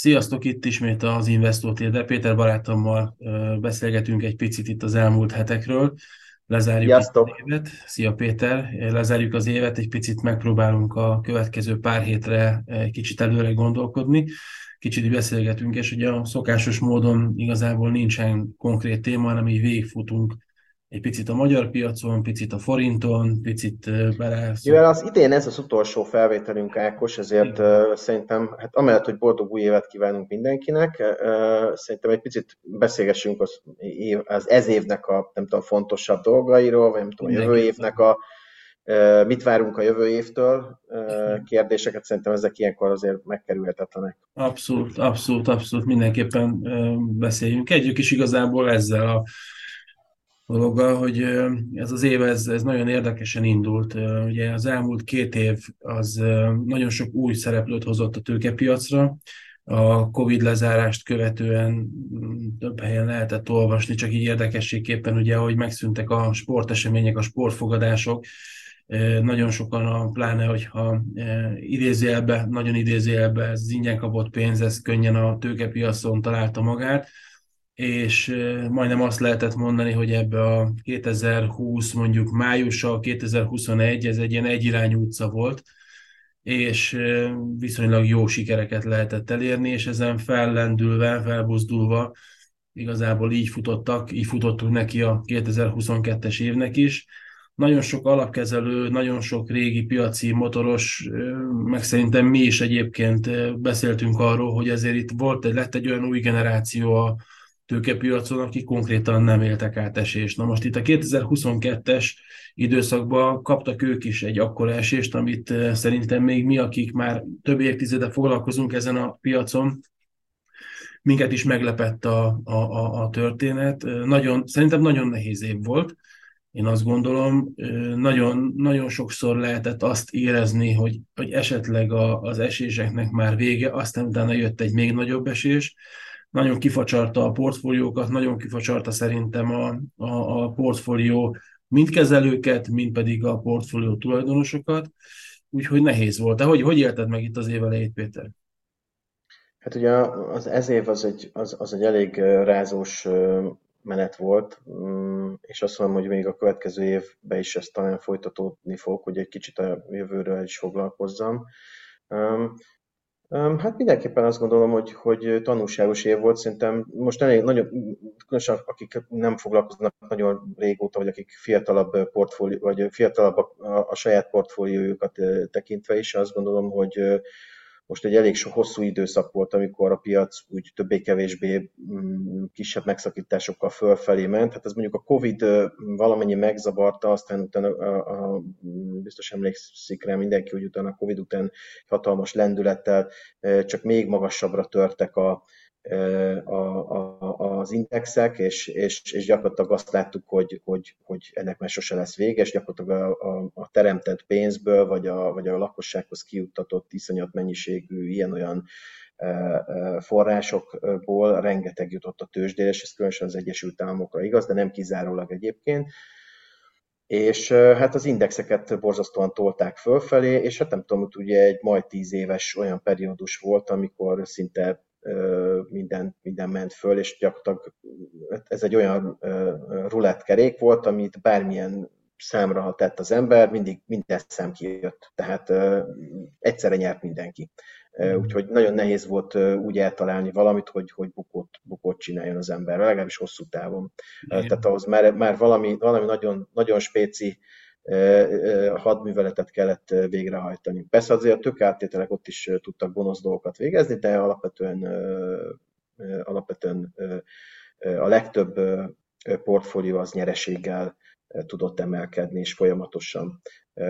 Sziasztok, itt ismét az Investor Térde. Péter barátommal beszélgetünk egy picit itt az elmúlt hetekről. Lezárjuk itt az Sziasztok! évet. Szia Péter! Lezárjuk az évet, egy picit megpróbálunk a következő pár hétre egy kicsit előre gondolkodni. Kicsit beszélgetünk, és ugye a szokásos módon igazából nincsen konkrét téma, hanem így végigfutunk egy picit a magyar piacon, picit a forinton, picit bele Mivel az idén ez az utolsó felvételünk, Ákos, ezért szoktunk. szerintem, hát amellett, hogy boldog új évet kívánunk mindenkinek, szerintem egy picit beszélgessünk az ez évnek a, nem tudom, fontosabb dolgairól, vagy nem tudom, a jövő évnek Mindenképpen. mit várunk a jövő évtől, kérdéseket szerintem ezek ilyenkor azért megkerülhetetlenek. Abszolút, abszolút, abszolút, mindenképpen beszéljünk. Együk is igazából ezzel a dologgal, hogy ez az év, ez nagyon érdekesen indult. Ugye az elmúlt 2 év az nagyon sok új szereplőt hozott a tőkepiacra. A Covid lezárást követően több helyen lehetett olvasni, csak így érdekességképpen ugye, hogy megszűntek a sportesemények, a sportfogadások. Nagyon sokan, pláne hogyha idézőjelbe, nagyon idézőjelbe ez az ingyen kapott pénz, ez könnyen a tőkepiacon találta magát, és majdnem azt lehetett mondani, hogy ebbe a 2020 mondjuk májusa, 2021, ez egy ilyen egyirányú utca volt, és viszonylag jó sikereket lehetett elérni, és ezen fellendülve, felbuzdulva igazából így futottunk neki a 2022-es évnek is. Nagyon sok alapkezelő, nagyon sok régi piaci motoros, meg szerintem mi is egyébként beszéltünk arról, hogy ezért itt lett egy olyan új generáció a tőkepiacon, akik konkrétan nem éltek át esést. Na most itt a 2022-es időszakban kaptak ők is egy akkora esést, amit szerintem még mi, akik már több évtizede foglalkozunk ezen a piacon, minket is meglepett a történet. Szerintem nagyon nehéz év volt. Én azt gondolom, nagyon, nagyon sokszor lehetett azt érezni, hogy esetleg az eséseknek már vége, aztán utána jött egy még nagyobb esés. Nagyon kifacsarta a portfóliókat, nagyon kifacsarta szerintem a portfólió mind kezelőket, mind pedig a portfólió tulajdonosokat. Úgyhogy nehéz volt. De hogy élted meg itt az év elejét, Péter? Hát ugye az ez év az egy elég rázós menet volt, és azt mondom, hogy még a következő évben is ez talán folytatódni fog, hogy egy kicsit a jövőről is foglalkozzam. Um, Hát mindenképpen azt gondolom, hogy tanulságos év volt. Szerintem most elég nagyon, különösen akik nem foglalkoznak nagyon régóta, vagy akik fiatalabb portfólió, vagy fiatalabb a saját portfóliójukat tekintve is, azt gondolom, hogy most egy elég sok hosszú időszak volt, amikor a piac úgy többé-kevésbé kisebb megszakításokkal fölfelé ment. Hát ez mondjuk a Covid valamennyi megzavarta, aztán utána biztos emlékszik rá mindenki, hogy utána a Covid után hatalmas lendülettel csak még magasabbra törtek az indexek, és gyakorlatilag azt láttuk, hogy ennek már sose lesz vége, és gyakorlatilag a teremtett pénzből, vagy a lakossághoz kijuttatott iszonyat mennyiségű ilyen-olyan forrásokból rengeteg jutott a tőzsdére, és ez különösen az Egyesült Államokra igaz, de nem kizárólag egyébként. És hát az indexeket borzasztóan tolták fölfelé, és hát nem tudom, hogy ugye egy majd 10 éves olyan periódus volt, amikor szinte minden ment föl, és gyakorlatilag ez egy olyan rulettkerék volt, amit bármilyen számra tett az ember, mindig minden szám kijött. Tehát egyszerre nyert mindenki. Úgyhogy nagyon nehéz volt úgy eltalálni valamit, hogy bukót csináljon az ember, legalábbis hosszú távon. Tehát Igen. ahhoz már valami nagyon, nagyon spéci hadműveletet kellett végrehajtani. Persze azért a tőkeáttételek ott is tudtak gonosz dolgokat végezni, de alapvetően a legtöbb portfólió az nyereséggel tudott emelkedni, és folyamatosan.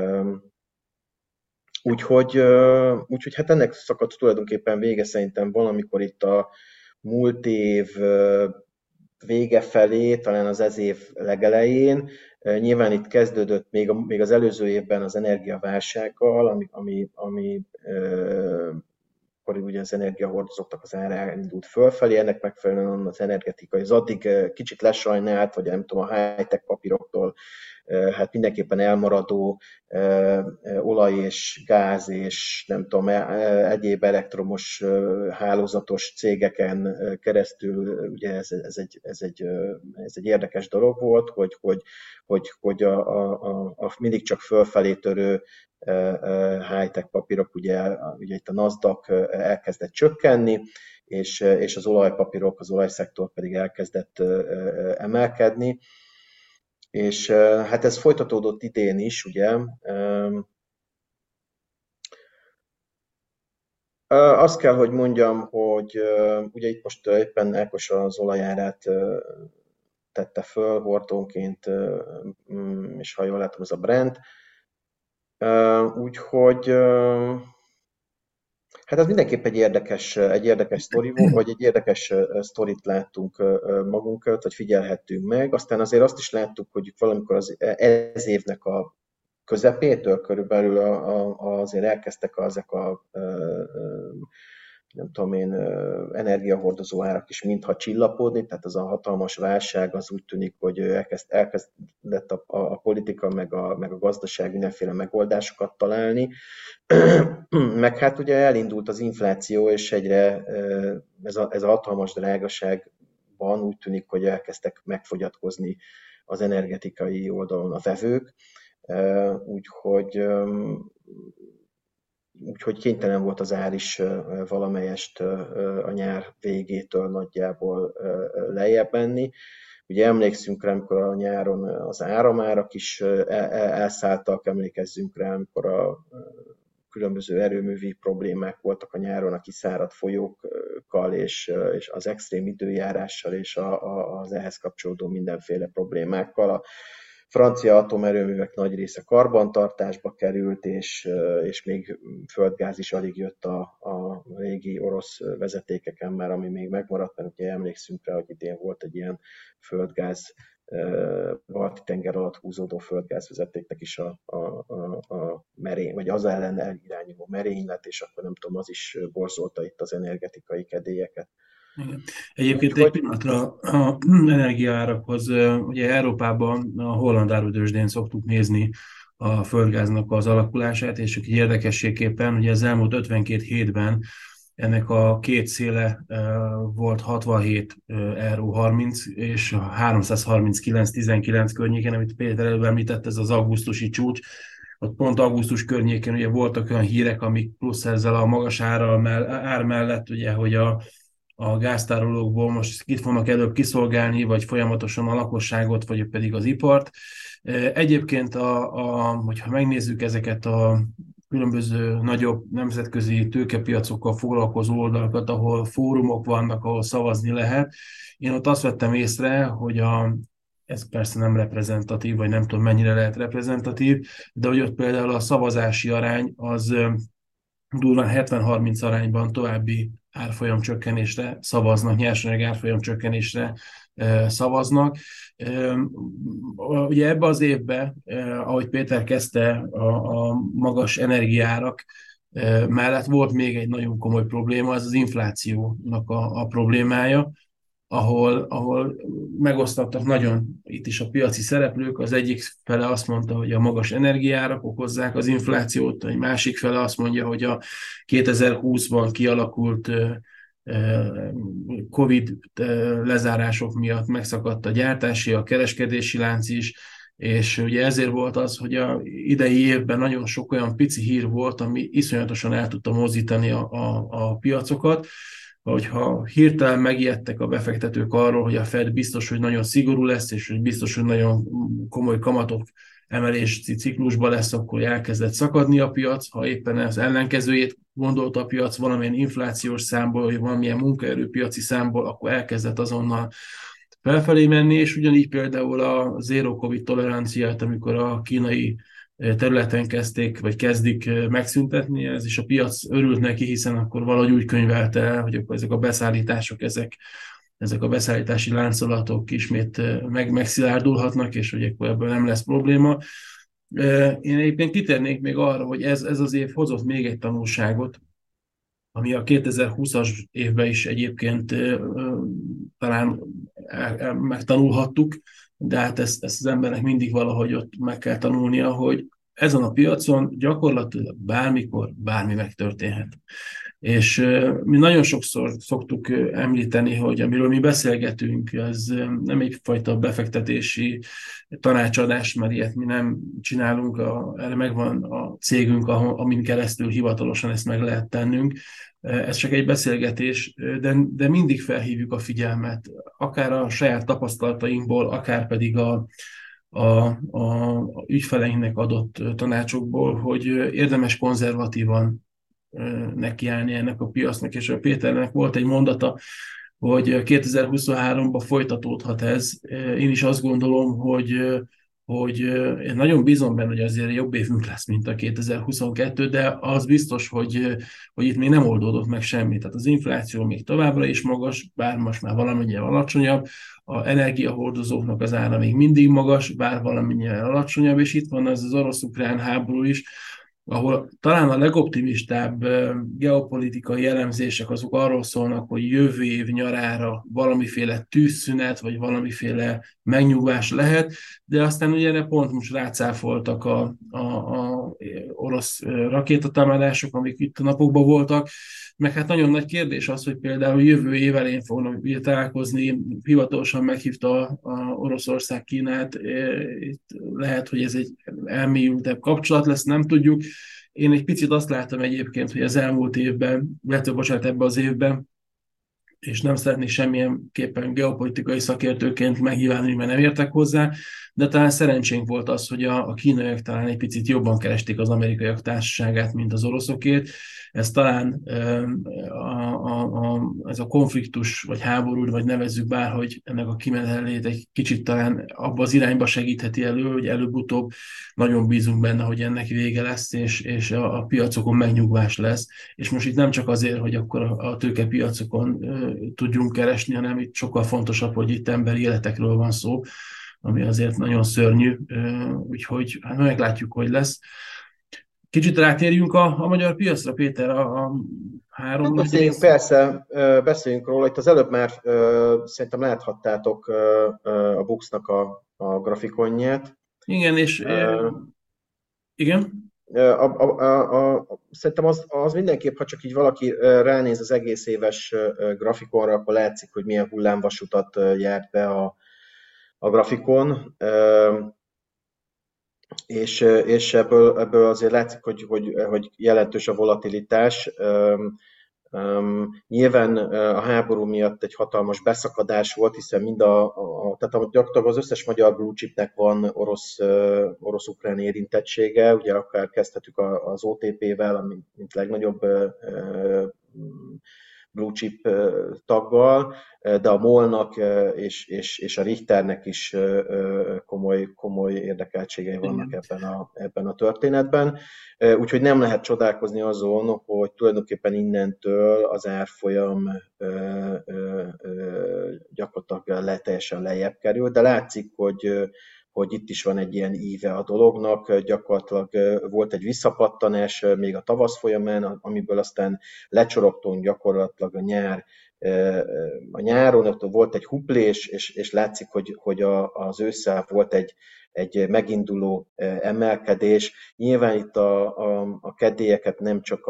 Úgyhogy hát ennek szakadt tulajdonképpen vége szerintem valamikor itt a múlt év vége felé, talán az ez év legelején. Nyilván itt kezdődött még az előző évben az energiaválsággal, ami akkor ugye az energiahordozóknak az ára elindult fölfelé, ennek megfelelően az energetikai, az addig kicsit lesajnált, vagy nem tudom, a high-tech papíroktól hát mindenképpen elmaradó olaj és gáz és nem tudom, egyéb elektromos hálózatos cégeken keresztül, ugye ez egy érdekes dolog volt, hogy a mindig csak fölfelé törő high-tech papírok, ugye itt a NASDAQ elkezdett csökkenni, és az olajpapírok, az olajszektor pedig elkezdett emelkedni. És hát ez folytatódott idén is, ugye. Azt kell, hogy mondjam, hogy ugye itt most éppen Ákos az olajárát tette föl hordónként, és ha jól látom, ez a Brent. Úgyhogy hát ez mindenképp egy érdekes sztori volt, vagy egy érdekes sztorit láttunk magunk előtt, vagy figyelhettünk meg. Aztán azért azt is láttuk, hogy valamikor ez évnek a közepétől körülbelül azért elkezdtek ezek a nem tudom én, energiahordozó árak is mintha csillapodni, tehát az a hatalmas válság az úgy tűnik, hogy elkezdett a politika meg a gazdaság mindenféle megoldásokat találni, meg hát ugye elindult az infláció, és egyre ez a hatalmas drágaságban úgy tűnik, hogy elkezdtek megfogyatkozni az energetikai oldalon a vevők, úgyhogy kénytelen volt az ár is valamelyest a nyár végétől nagyjából lejjebb menni. Ugye emlékszünk rá, amikor a nyáron az áramárak is elszálltak, emlékezzünk rá, amikor a különböző erőművi problémák voltak a nyáron a kiszáradt folyókkal, és az extrém időjárással, és az ehhez kapcsolódó mindenféle problémákkal. A francia atomerőművek nagy része karbantartásba került, és még földgáz is alig jött a régi orosz vezetékeken már, ami még megmaradt, mert ugye emlékszünk rá, hogy idén volt egy ilyen földgáz, balti tenger alatt húzódó földgázvezetéknek is a merény, vagy az ellen elirányuló merénylet, és akkor nem tudom, az is borzolta itt az energetikai kedélyeket. Igen. Egyébként egy Úgyhogy pillanatra a energiaárakhoz, ugye Európában a holland árutőzsdén szoktuk nézni a földgáznak az alakulását, és csak így érdekességképpen, ugye az elmúlt 52 hétben ennek a két széle volt 67 euró 30 és 339,19 környéken, amit Péter előbb említett, ez az augusztusi csúcs. Ott pont augusztus környékén ugye voltak olyan hírek, amik plusz ezzel a magas ár mellett, ugye, hogy a gáztárolókból most kit fognak előbb kiszolgálni, vagy folyamatosan a lakosságot, vagy pedig az ipart. Egyébként, hogyha megnézzük ezeket a különböző nagyobb nemzetközi tőkepiacokkal foglalkozó oldalakat, ahol fórumok vannak, ahol szavazni lehet, én ott azt vettem észre, hogy ez persze nem reprezentatív, vagy nem tudom mennyire lehet reprezentatív, de hogy ott például a szavazási arány az durván 70-30 arányban további árfolyamcsökkenésre szavaznak, nyersanyag árfolyamcsökkenésre szavaznak. Ugye ebbe az évbe, ahogy Péter kezdte, a magas energiárak mellett volt még egy nagyon komoly probléma, ez az inflációnak a problémája, ahol megosztottak nagyon itt is a piaci szereplők. Az egyik fele azt mondta, hogy a magas energiárak okozzák az inflációt, egy másik fele azt mondja, hogy a 2020-ban kialakult Covid lezárások miatt megszakadt a gyártási, a kereskedési lánc is, és ugye ezért volt az, hogy a idei évben nagyon sok olyan pici hír volt, ami iszonyatosan el tudta mozdítani a piacokat, hogyha hirtelen megijedtek a befektetők arról, hogy a Fed biztos, hogy nagyon szigorú lesz, és hogy biztos, hogy nagyon komoly kamatok emelési ciklusba lesz, akkor elkezdett szakadni a piac. Ha éppen az ellenkezőjét gondolta a piac valamilyen inflációs számból, vagy valamilyen munkaerőpiaci számból, akkor elkezdett azonnal felfelé menni, és ugyanígy például a zero covid toleranciát, amikor a kínai területen kezdték, vagy kezdik megszüntetni, ez is a piac örült neki, hiszen akkor valahogy úgy könyvelte el, hogy akkor ezek a beszállítások, ezek a beszállítási láncolatok ismét megszilárdulhatnak, és hogy akkor ebből nem lesz probléma. Én egyébként kitérnék még arra, hogy ez az év hozott még egy tanulságot, ami a 2020-as évben is egyébként talán megtanulhattuk, de hát ezt az embernek mindig valahogy ott meg kell tanulnia, hogy ezen a piacon gyakorlatilag bármikor bármi megtörténhet. És mi nagyon sokszor szoktuk említeni, hogy amiről mi beszélgetünk, ez nem egyfajta befektetési tanácsadás, mert ilyet mi nem csinálunk, erre megvan a cégünk, amin keresztül hivatalosan ezt meg lehet tennünk. Ez csak egy beszélgetés, de mindig felhívjuk a figyelmet, akár a saját tapasztalatainkból, akár pedig a ügyfeleinknek adott tanácsokból, hogy érdemes konzervatívan nekiállni ennek a piacnak, és a Péternek volt egy mondata, hogy 2023-ban folytatódhat ez. Én is azt gondolom, hogy én nagyon bízom benne, hogy azért jobb évünk lesz, mint a 2022, de az biztos, hogy itt még nem oldódott meg semmi. Tehát az infláció még továbbra is magas, bár most már valamennyire alacsonyabb, a energiahordozóknak az ára még mindig magas, bár valamennyire alacsonyabb, és itt van az orosz-ukrán háború is, ahol talán a legoptimistább geopolitikai elemzések azok arról szólnak, hogy jövő év nyarára valamiféle tűzszünet, vagy valamiféle megnyugvás lehet, de aztán ugye erre pont most rácáfoltak a orosz rakétatámadások, amik itt a napokban voltak, meg hát nagyon nagy kérdés az, hogy például jövő év elején fognak ugye találkozni, hivatalosan meghívta Oroszország Kínát, itt lehet, hogy ez egy elmélyültebb kapcsolat lesz, nem tudjuk. Én egy picit azt láttam egyébként, hogy az elmúlt évben, illetve bocsánat, ebben az évben, és nem szeretnék semmilyenképpen geopolitikai szakértőként meghíválni, mert nem értek hozzá, de talán szerencsénk volt az, hogy a kínaiak talán egy picit jobban keresték az amerikaiak társaságát, mint az oroszokét. Ez talán ez a konfliktus, vagy háború, vagy nevezzük bárhogy ennek a kimenetelét egy kicsit talán abba az irányba segítheti elő, hogy előbb-utóbb nagyon bízunk benne, hogy ennek vége lesz, és a piacokon megnyugvás lesz. És most itt nem csak azért, hogy akkor a tőkepiacokon tudjunk keresni, hanem itt sokkal fontosabb, hogy itt emberi életekről van szó, ami azért nagyon szörnyű, úgyhogy hát meglátjuk, hogy lesz. Kicsit rátérjünk a magyar piacra, Péter, a három Hát nagy beszéljünk, rész. persze, beszéljünk róla. Itt az előbb már szerintem láthattátok a Buxnak a grafikonját. Igen, és igen. Szerintem az mindenképp, ha csak így valaki ránéz az egész éves grafikonra, akkor látszik, hogy milyen hullámvasutat járt be a grafikon. És ebből azért látszik, hogy jelentős a volatilitás. Nyilván a háború miatt egy hatalmas beszakadás volt, hiszen tehát gyakorlatilag az összes magyar blue chipnek van orosz-ukrán érintettsége, ugye akár kezdhetük az OTP-vel, ami mint legnagyobb blue chip taggal, de a MOL-nak és a Richternek is komoly érdekeltségei vannak Igen. ebben a történetben. Úgyhogy nem lehet csodálkozni azon, hogy tulajdonképpen innentől az árfolyam gyakorlatilag teljesen lejjebb kerül, de látszik, hogy itt is van egy ilyen íve a dolognak, gyakorlatilag volt egy visszapattanás még a tavasz folyamán, amiből aztán lecsorogtunk gyakorlatilag a nyáron, ott volt egy huplés, és látszik, hogy az ősszel volt egy meginduló emelkedés. Nyilván itt a kedélyeket nem csak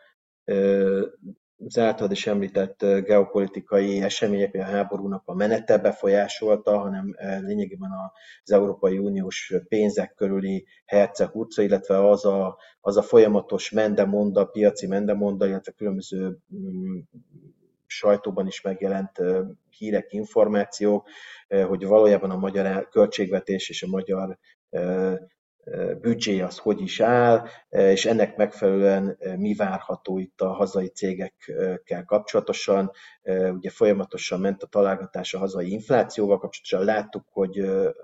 az általad is említett geopolitikai események, vagy a háborúnak a menete befolyásolta, hanem lényegében az Európai Uniós pénzek körüli herce-hurca, illetve az a folyamatos mendemonda, piaci mendemonda, illetve különböző sajtóban is megjelent hírek, információk, hogy valójában a magyar költségvetés és a magyar büdzsé az hogy is áll, és ennek megfelelően mi várható itt a hazai cégekkel kapcsolatosan. Ugye folyamatosan ment a találgatás a hazai inflációval kapcsolatosan. Láttuk, hogy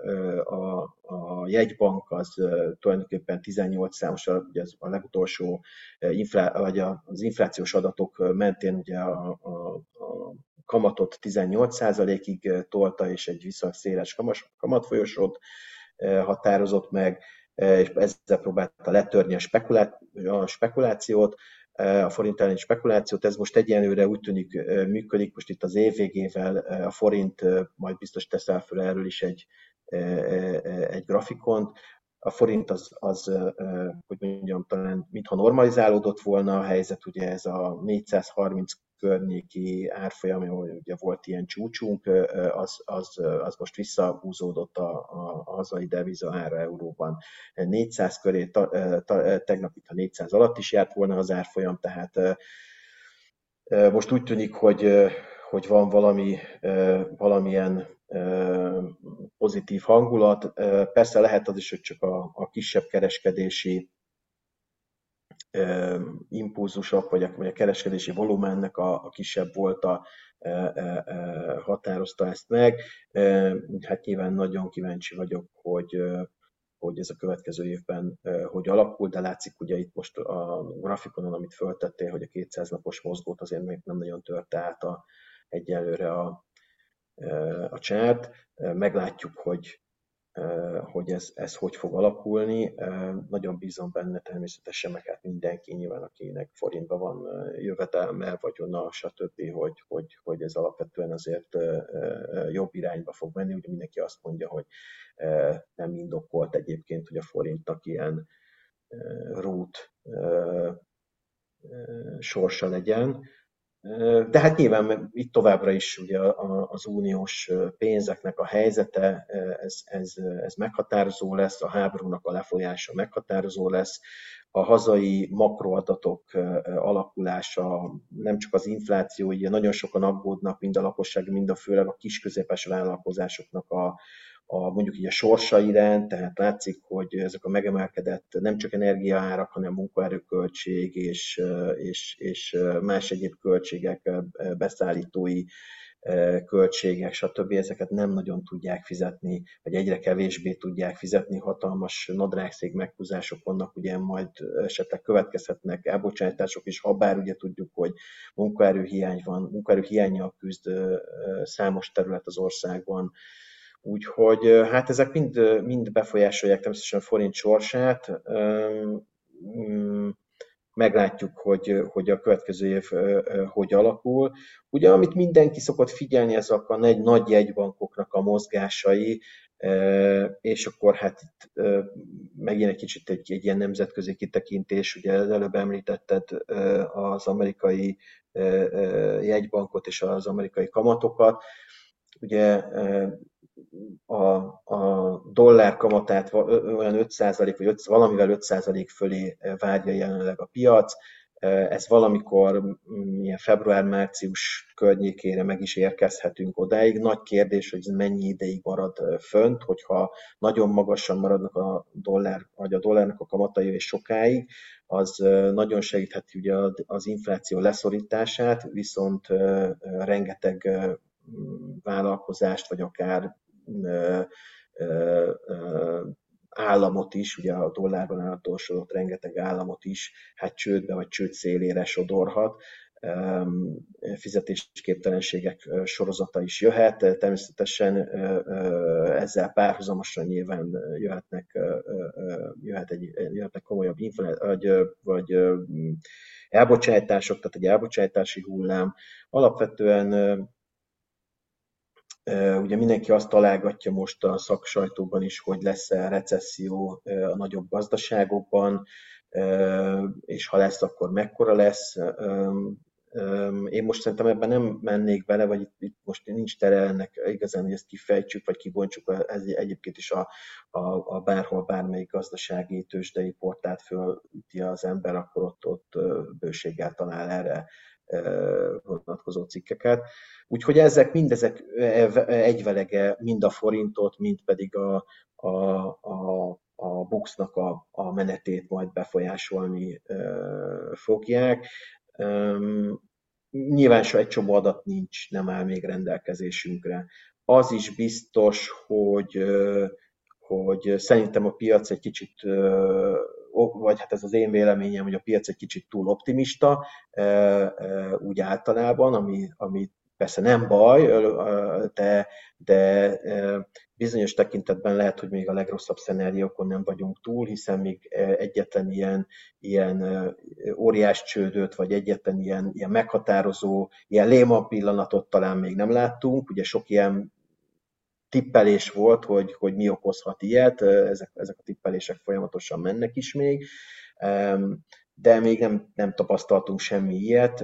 a jegybank az tulajdonképpen 18 számos, ugye az a legutolsó vagy az inflációs adatok mentén ugye a kamatot 18%-ig tolta, és egy viszonylag széles kamatfolyosót határozott meg, és ezzel próbálta letörni a spekulációt, a forint elleni spekulációt. Ez most egyenlőre úgy tűnik működik, most itt az év végével a forint majd biztos teszel föl erről is egy grafikont. A forint hogy mondjam, talán mintha normalizálódott volna a helyzet, ugye ez a 430 környéki árfolyam, ahol ugye volt ilyen csúcsunk, az most visszahúzódott a hazai deviza ára euróban 400 köré, tegnap itt a 400 alatt is járt volna az árfolyam, tehát most úgy tűnik, hogy van valamilyen pozitív hangulat. Persze lehet az is, hogy csak a kisebb kereskedési impulzusok, vagy a kereskedési volumennek a kisebb volta határozta ezt meg. Hát nyilván nagyon kíváncsi vagyok, hogy ez a következő évben hogy alakul, de látszik ugye itt most a grafikonon, amit föltettél, hogy a 200 napos mozgót azért még nem nagyon törte át egyelőre a csárt. Meglátjuk, hogy ez hogy fog alakulni. Nagyon bízom benne természetesen, meg hát mindenki nyilván, akinek forintban van jövedelme, vagyona, stb., hogy ez alapvetően azért jobb irányba fog menni. Ugye mindenki azt mondja, hogy nem indokolt egyébként, hogy a forintnak ilyen rút sorsa legyen. De hát nyilván itt továbbra is ugye az uniós pénzeknek a helyzete, ez meghatározó lesz, a háborúnak a lefolyása meghatározó lesz, a hazai makroadatok alakulása, nem csak az infláció, ugye nagyon sokan aggódnak, mind a lakosság, mind a főleg a kis-közepes vállalkozásoknak mondjuk így a sorsa iránt, tehát látszik, hogy ezek a megemelkedett nem csak energiaárak, hanem munkaerőköltség és más egyéb költségek, beszállítói költségek, stb. Ezeket nem nagyon tudják fizetni, vagy egyre kevésbé tudják fizetni, hatalmas nadrágszék meghúzások vannak, ugye majd esetleg következhetnek elbocsátások is, habár ugye tudjuk, hogy munkaerőhiány van, munkaerőhiánnyal küzd számos terület az országban, úgyhogy hát ezek mind befolyásolják természetesen a forint sorsát. Meglátjuk, hogy a következő év hogy alakul. Ugye, amit mindenki szokott figyelni, ezek a nagy jegybankoknak a mozgásai, és akkor hát itt megint egy kicsit egy ilyen nemzetközi kitekintés, ugye előbb említetted az amerikai jegybankot és az amerikai kamatokat. Ugye a dollár kamatát olyan 5% vagy valamivel 5% fölé várja jelenleg a piac. Ez valamikor ilyen február-március környékére meg is érkezhetünk odáig. Nagy kérdés, hogy ez mennyi ideig marad fönt, hogyha nagyon magasan maradnak a dollárnak a kamatai és sokáig, az nagyon segítheti ugye az infláció leszorítását, viszont rengeteg vállalkozást, vagy akár államot is, ugye a dollárban eladósodott rengeteg államot is, hát csődbe vagy csőd szélére sodorhat. Fizetésképtelenségek sorozata is jöhet. Természetesen ezzel párhuzamosan nyilván jöhetnek komolyabb vagy elbocsátások, tehát egy elbocsátási hullám. Alapvetően ugye mindenki azt találgatja most a szaksajtóban is, hogy lesz-e recesszió a nagyobb gazdaságokban, és ha lesz, akkor mekkora lesz. Én most szerintem ebben nem mennék bele, vagy itt most nincs tere ennek igazán, hogy ezt kifejtsük, vagy kibontsuk. Ez egyébként is a bárhol, bármelyik gazdasági, tőzsdei portált fölüti az ember, akkor ott bőséggel talál erre vonatkozó cikkeket. Úgyhogy mindezek egyvelege mind a forintot, mind pedig a BUX-nak a menetét majd befolyásolni fogják. Nyilván egy csomó adat nem áll még rendelkezésünkre. Az is biztos, hogy szerintem a piac egy kicsit, vagy hát ez az én véleményem, hogy a piac egy kicsit túl optimista, úgy általában, ami persze nem baj, de bizonyos tekintetben lehet, hogy még a legrosszabb szenáriókon nem vagyunk túl, hiszen még egyetlen ilyen óriás csődöt, vagy egyetlen ilyen meghatározó, ilyen Lehman pillanatot talán még nem láttunk. Ugye sok ilyen tippelés volt, hogy mi okozhat ilyet, ezek a tippelések folyamatosan mennek is még, de még nem tapasztaltunk semmi ilyet,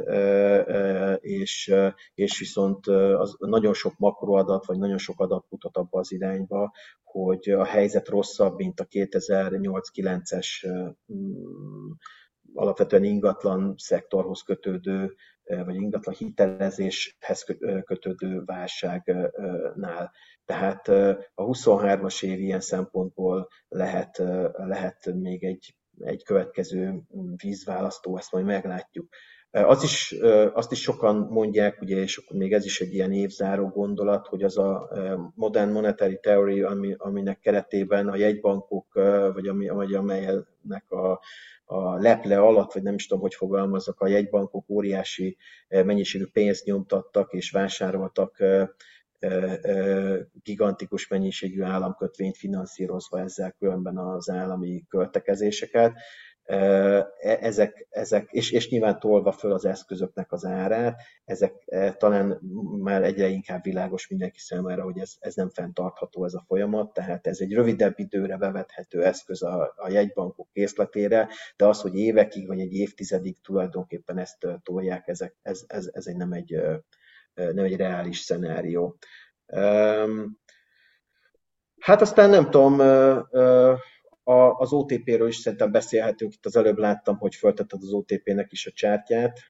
és viszont az nagyon sok makroadat, vagy nagyon sok adat mutat abba az irányba, hogy a helyzet rosszabb, mint a 2008-9-es alapvetően ingatlan szektorhoz kötődő, vagy ingatlan hitelezéshez kötődő válságnál. Tehát a 23-as év ilyen szempontból lehet még egy következő vízválasztó, ezt majd meglátjuk. Azt is sokan mondják, ugye, és akkor még ez is egy ilyen évzáró gondolat, hogy az a Modern Monetary Theory, aminek keretében a jegybankok, vagy amelynek a leple alatt, vagy nem is tudom, hogy fogalmazzak, a jegybankok óriási mennyiségű pénzt nyomtattak és vásároltak gigantikus mennyiségű államkötvényt finanszírozva ezzel különben az állami költekezéseket. És nyilván tolva föl az eszközöknek az árát, ezek talán már egyre inkább világos mindenki számára, hogy ez nem fenntartható ez a folyamat, tehát ez egy rövidebb időre bevethető eszköz a jegybankok készletére, de az, hogy évekig vagy egy évtizedig tulajdonképpen ezt tolják, ez nem egy reális szenárió. Hát aztán nem tudom, az OTP-ről is szerintem beszélhetünk, itt az előbb láttam, hogy föltetted az OTP-nek is a csártyát.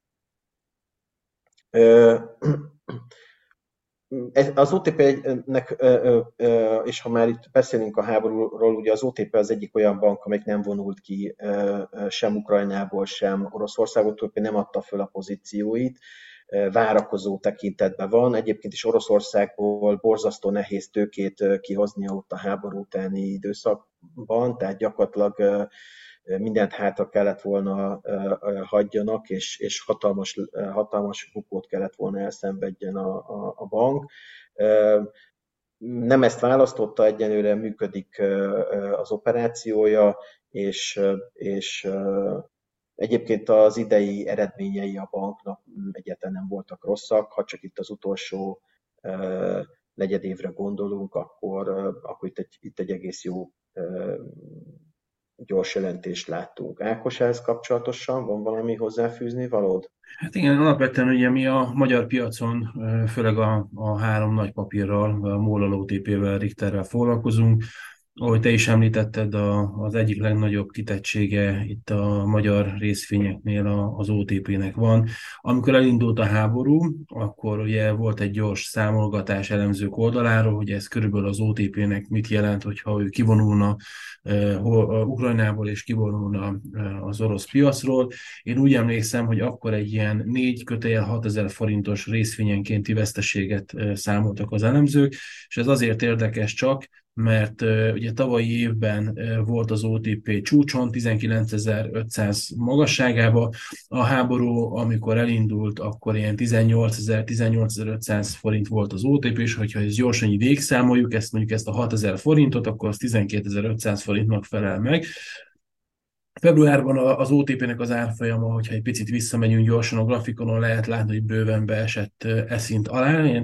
Az OTP-nek, és ha már itt beszélünk a háborúról, ugye az OTP az egyik olyan bank, amelyik nem vonult ki sem Ukrajnából, sem Oroszországból, nem adta föl a pozícióit, várakozó tekintetben van. Egyébként is Oroszországból borzasztó nehéz tőkét kihozni ott a háború utáni időszakban, tehát gyakorlatilag mindent hátra kellett volna hagyjanak, és hatalmas bukót kellett volna elszenvedjen a bank. Nem ezt választotta, egyenlőre működik az operációja, és egyébként az idei eredményei a banknak egyáltalán nem voltak rosszak, ha csak itt az utolsó negyedévre gondolunk, akkor itt egy egész jó gyors jelentést láttunk. Ákos, ehhez kapcsolatosan van valami hozzáfűzni valód? Hát igen, alapvetően ugye mi a magyar piacon, főleg a három nagy papírral, a MOL, OTP-vel, Richterrel foglalkozunk. Ahogy te is említetted, az egyik legnagyobb kitettsége itt a magyar részvényeknél az OTP-nek van. Amikor elindult a háború, akkor ugye volt egy gyors számolgatás elemzők oldaláról, hogy ez körülbelül az OTP-nek mit jelent, hogyha ő kivonulna Ukrajnából és kivonulna az orosz piacról. Én úgy emlékszem, hogy akkor egy ilyen 4-6 ezer forintos részvényenkénti veszteséget számoltak az elemzők, és ez azért érdekes csak, mert ugye tavalyi évben volt az OTP csúcson, 19.500 magasságában. A háború, amikor elindult, akkor ilyen 18.000-18.500 forint volt az OTP, és hogyha ezt gyorsan így végszámoljuk, ezt a 6.000 forintot, akkor az 12.500 forintnak felel meg. Februárban az OTP-nek az árfolyama, hogyha egy picit visszamegyünk gyorsan a grafikonon, lehet látni, hogy bőven beesett szint alá, ilyen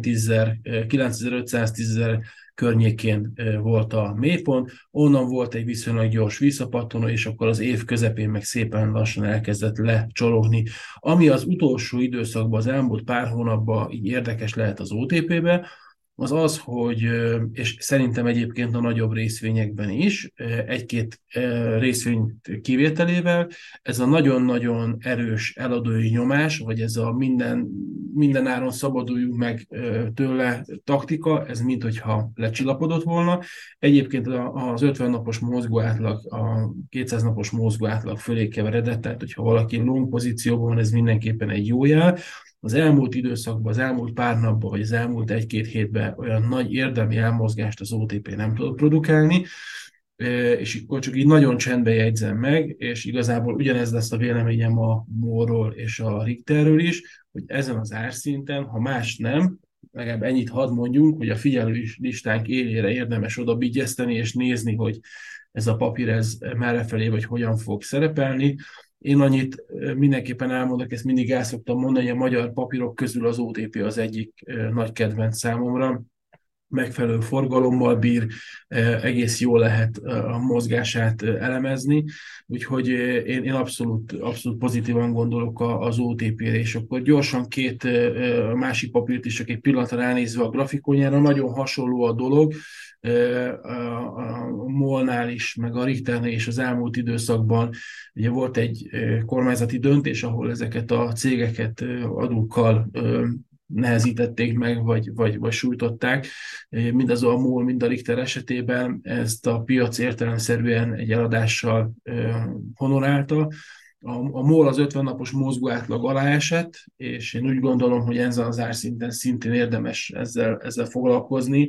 9.500-10.000 környékén volt a mélypont, onnan volt egy viszonylag gyors visszapattanó, és akkor az év közepén meg szépen lassan elkezdett lecsorogni. Ami az utolsó időszakban, az elmúlt pár hónapban így érdekes lehet az OTP-be, az, hogy, és szerintem egyébként a nagyobb részvényekben is, egy-két részvény kivételével, ez a nagyon-nagyon erős eladói nyomás, vagy ez a minden áron szabaduljunk meg tőle taktika, ez minthogyha lecsillapodott volna. Egyébként az 50 napos mozgóátlag, a 200 napos mozgóátlag fölé keveredett, tehát hogyha valaki long pozícióban van, ez mindenképpen egy jó jel. Az elmúlt időszakban, az elmúlt pár napban, vagy az elmúlt egy-két hétben olyan nagy érdemi elmozgást az OTP nem tudott produkálni, és akkor csak így nagyon csendben jegyzem meg, és igazából ugyanez lesz a véleményem a MOL-ról és a Richterről is, hogy ezen az árszinten, ha más nem, legalább ennyit hadd mondjunk, hogy a figyelő listánk élére érdemes odabigyezteni, és nézni, hogy ez a papír ez merrefelé, vagy hogyan fog szerepelni. Én annyit mindenképpen elmondok, ezt mindig el szoktam mondani, hogy a magyar papírok közül az OTP az egyik nagy kedvenc számomra. megfelelő forgalommal bír, egész jól lehet a mozgását elemezni, úgyhogy én abszolút pozitívan gondolok az OTP-re, és akkor gyorsan két másik papírt is, csak egy pillanatra ránézve a grafikonjára, nagyon hasonló a dolog, a MOL-nál is, meg a Richternél is az elmúlt időszakban ugye volt egy kormányzati döntés, ahol ezeket a cégeket adókkal nehezítették meg, vagy sújtották. Mindaz a MOL, mind a Richter esetében ezt a piac értelemszerűen egy eladással honorálta. A MOL az 50 napos mozgó átlag alá esett, és én úgy gondolom, hogy ezen az árszinten szintén érdemes ezzel foglalkozni.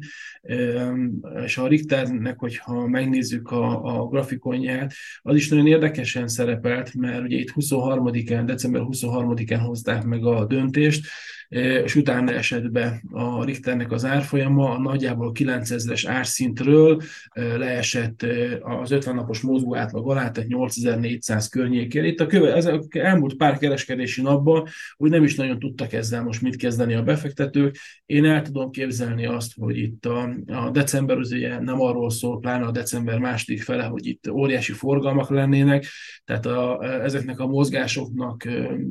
És a Richternek, hogyha megnézzük a grafikonját, az is nagyon érdekesen szerepelt, mert ugye itt 23-án, december 23-án hozták meg a döntést, és utána esett be a Richternek az árfolyama, a nagyjából 9000-es árszintről leesett az 50 napos mozgó átlag alá, tehát 8400 környékén. Itt az elmúlt pár kereskedési napban úgy nem is nagyon tudtak ezzel most mit kezdeni a befektetők. Én el tudom képzelni azt, hogy itt a december ugye nem arról szól, pláne a december második fele, hogy itt óriási forgalmak lennének, tehát ezeknek a mozgásoknak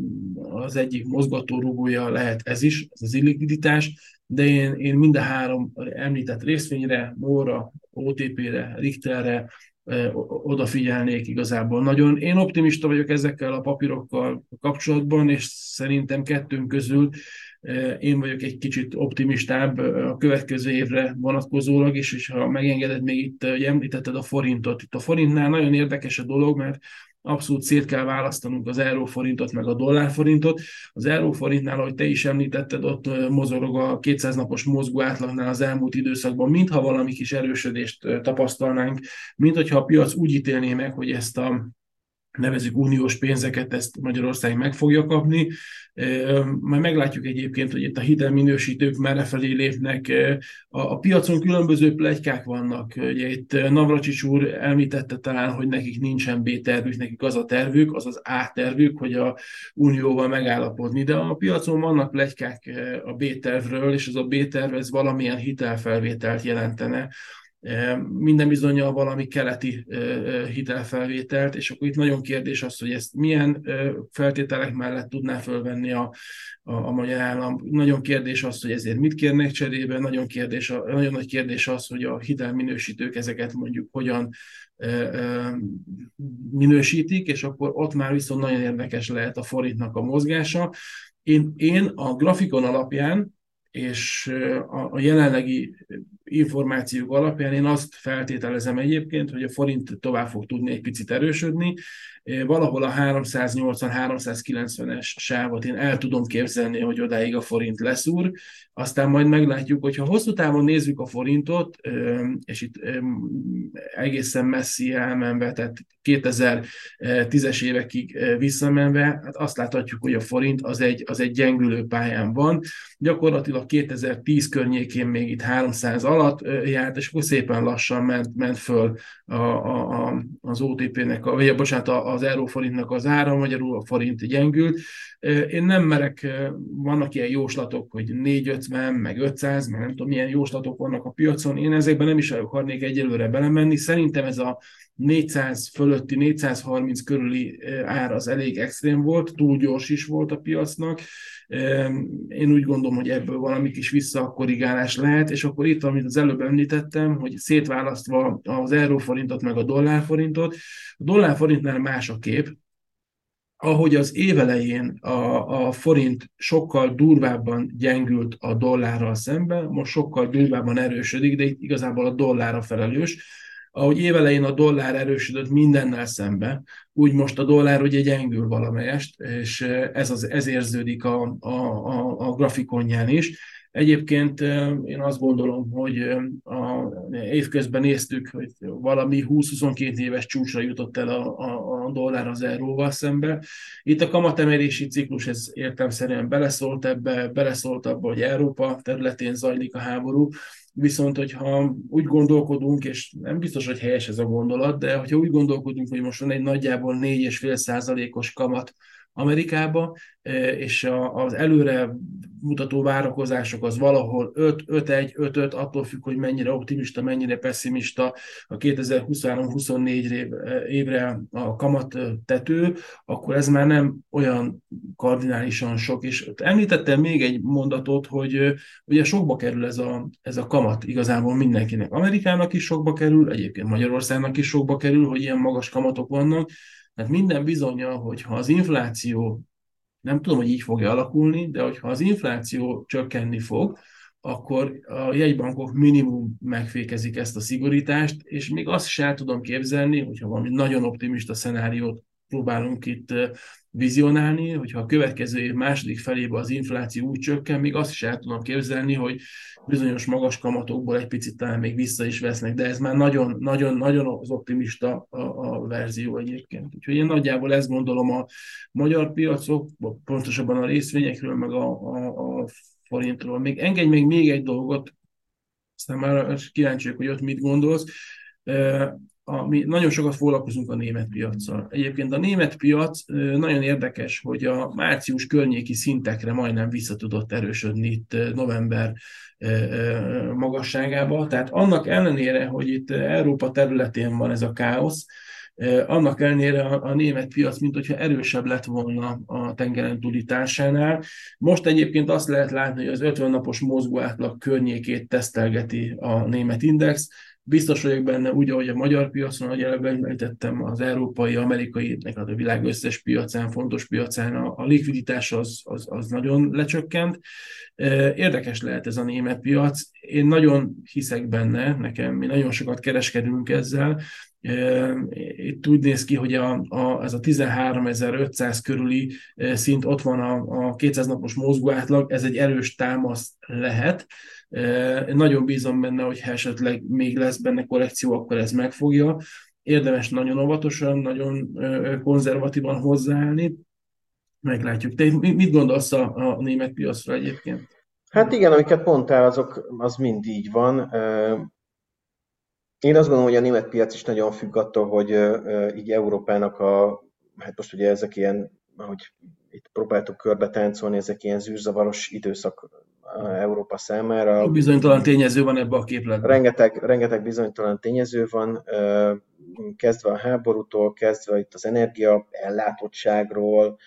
az egyik mozgatórugója lehet ez is, ez az illikviditás, de én mind a három említett részvényre, MOL-ra, OTP-re, Richterre odafigyelnék igazából nagyon. Én optimista vagyok ezekkel a papírokkal kapcsolatban, és szerintem kettőnk közül én vagyok egy kicsit optimistább a következő évre vonatkozólag is, és ha megengeded, még itt ugye említetted a forintot. Itt a forintnál nagyon érdekes a dolog, mert abszolút szét kell választanunk az euróforintot meg a dollárforintot. Az euróforintnál, ahogy te is említetted, ott mozog a 200 napos mozgó átlagnál az elmúlt időszakban, mintha valami kis erősödést tapasztalnánk, mint hogyha a piac úgy ítélné meg, hogy ezt a nevezzük uniós pénzeket, ezt Magyarország meg fogja kapni. Majd meglátjuk egyébként, hogy itt a hitelminősítők merrefelé lépnek. A piacon különböző pletykák vannak. Ugye itt Navracsics úr említette talán, hogy nekik nincsen B-tervük, nekik az a tervük, az az A-tervük, hogy a unióval megállapodni. De a piacon vannak pletykák a B-tervről, és az a B-terv ez valamilyen hitelfelvételt jelentene, minden bizonnyal valami keleti hitelfelvételt, és akkor itt nagyon kérdés az, hogy ezt milyen feltételek mellett tudná fölvenni a magyar állam. Nagyon kérdés az, hogy ezért mit kérnek cserébe, nagyon nagy kérdés az, hogy a hitelminősítők ezeket mondjuk hogyan minősítik, és akkor ott már viszont nagyon érdekes lehet a forintnak a mozgása. Én a grafikon alapján és a jelenlegi információk alapján én azt feltételezem egyébként, hogy a forint tovább fog tudni egy picit erősödni. Valahol a 380-390-es sávot én el tudom képzelni, hogy odáig a forint leszúr. Aztán majd meglátjuk, hogyha hosszú távon nézzük a forintot, és itt egészen messzi elmenve, tehát 2010-es évekig visszamenve, hát azt láthatjuk, hogy a forint az egy gyengülő pályán van. Gyakorlatilag 2010 környékén még itt 300 alatt járt, és akkor szépen lassan ment föl az OTP-nek, vagy bocsánat, az euróforintnak az ára, magyarul a forint gyengült. Én nem merek, vannak ilyen jóslatok, hogy 450, meg 500, meg nem tudom, milyen jóslatok vannak a piacon. Én ezekben nem is akarnék egyelőre belemenni. Szerintem ez a 400 fölötti, 430 körüli ár az elég extrém volt, túl gyors is volt a piacnak. Én úgy gondolom, hogy ebből valami kis visszakorrigálás lehet, és akkor itt, amit az előbb említettem, hogy szétválasztva az euróforintot meg a dollárforintot, a dollárforintnál más a kép, ahogy az évelején a forint sokkal durvábban gyengült a dollárral szemben, most sokkal durvábban erősödik, de itt igazából a dollár a felelős. Ahogy évelején a dollár erősödött mindennel szemben, úgy most a dollár ugye gyengül valamelyest, és ez érződik a grafikonján is. Egyébként én azt gondolom, hogy évközben néztük, hogy valami 20-22 éves csúcsra jutott el a dollár az euróval szembe. Itt a kamatemelési ciklus ez értelemszerűen beleszólt abba, hogy Európa területén zajlik a háború. Viszont, hogyha úgy gondolkodunk, és nem biztos, hogy helyes ez a gondolat, de hogyha úgy gondolkodunk, hogy most van egy nagyjából 4,5%-os kamat Amerikába, és az előre mutató várakozások az valahol 5-1, 5-5, attól függ, hogy mennyire optimista, mennyire pessimista a 2023-24 évre a kamat tető, akkor ez már nem olyan kardinálisan sok. És említettem még egy mondatot, hogy ugye sokba kerül ez a kamat igazából mindenkinek. Amerikának is sokba kerül, egyébként Magyarországnak is sokba kerül, hogy ilyen magas kamatok vannak. Tehát minden bizonnyal, hogyha az infláció, nem tudom, hogy így fogja alakulni, de hogyha az infláció csökkenni fog, akkor a jegybankok minimum megfékezik ezt a szigorítást, és még azt is el tudom képzelni, hogyha valami nagyon optimista szenáriót próbálunk itt vizionálni, hogyha a következő év második felében az infláció úgy csökken, még azt is el tudom képzelni, hogy bizonyos magas kamatokból egy picit talán még vissza is vesznek, de ez már nagyon, nagyon, nagyon az optimista a verzió egyébként. Úgyhogy én nagyjából ezt gondolom a magyar piacok, pontosabban a részvényekről, meg a forintról. Engedj még egy dolgot, aztán már kíváncsi vagyok, hogy ott mit gondolsz. Mi nagyon sokat foglalkozunk a német piaccal. Egyébként a német piac nagyon érdekes, hogy a március környéki szintekre majdnem vissza tudott erősödni itt november magasságába. Tehát annak ellenére, hogy itt Európa területén van ez a káosz, annak ellenére a német piac, mint hogyha erősebb lett volna a tengeren túli társánál. Most egyébként azt lehet látni, hogy az 50 napos mozgóátlag környékét tesztelgeti a német index. Biztos vagyok benne, úgy, ahogy a magyar piacon, ahogy előbb említettem, az európai, amerikai, a világ összes piacán, fontos piacán a likviditás az nagyon lecsökkent. Érdekes lehet ez a német piac. Én nagyon hiszek benne, mi nagyon sokat kereskedünk ezzel. Itt úgy néz ki, hogy ez a 13.500 körüli szint ott van a 200 napos mozgóátlag, ez egy erős támasz lehet. Nagyon bízom benne, hogy ha esetleg még lesz benne korrekció, akkor ez megfogja. Érdemes nagyon óvatosan, nagyon konzervatívan hozzáállni. Meglátjuk. Te mit gondolsz a német piacra egyébként? Hát igen, amiket mondtál, az mind így van. Én azt gondolom, hogy a német piac is nagyon függ attól, hogy így Európának hát most ugye ezek ilyen, ahogy itt próbáltuk körbe táncolni, ezek ilyen zűrzavaros időszak Európa számára. Sok bizonytalan tényező van ebbe a képletben. Rengeteg bizonytalan tényező van, kezdve a háborútól, kezdve itt az energia ellátottságról,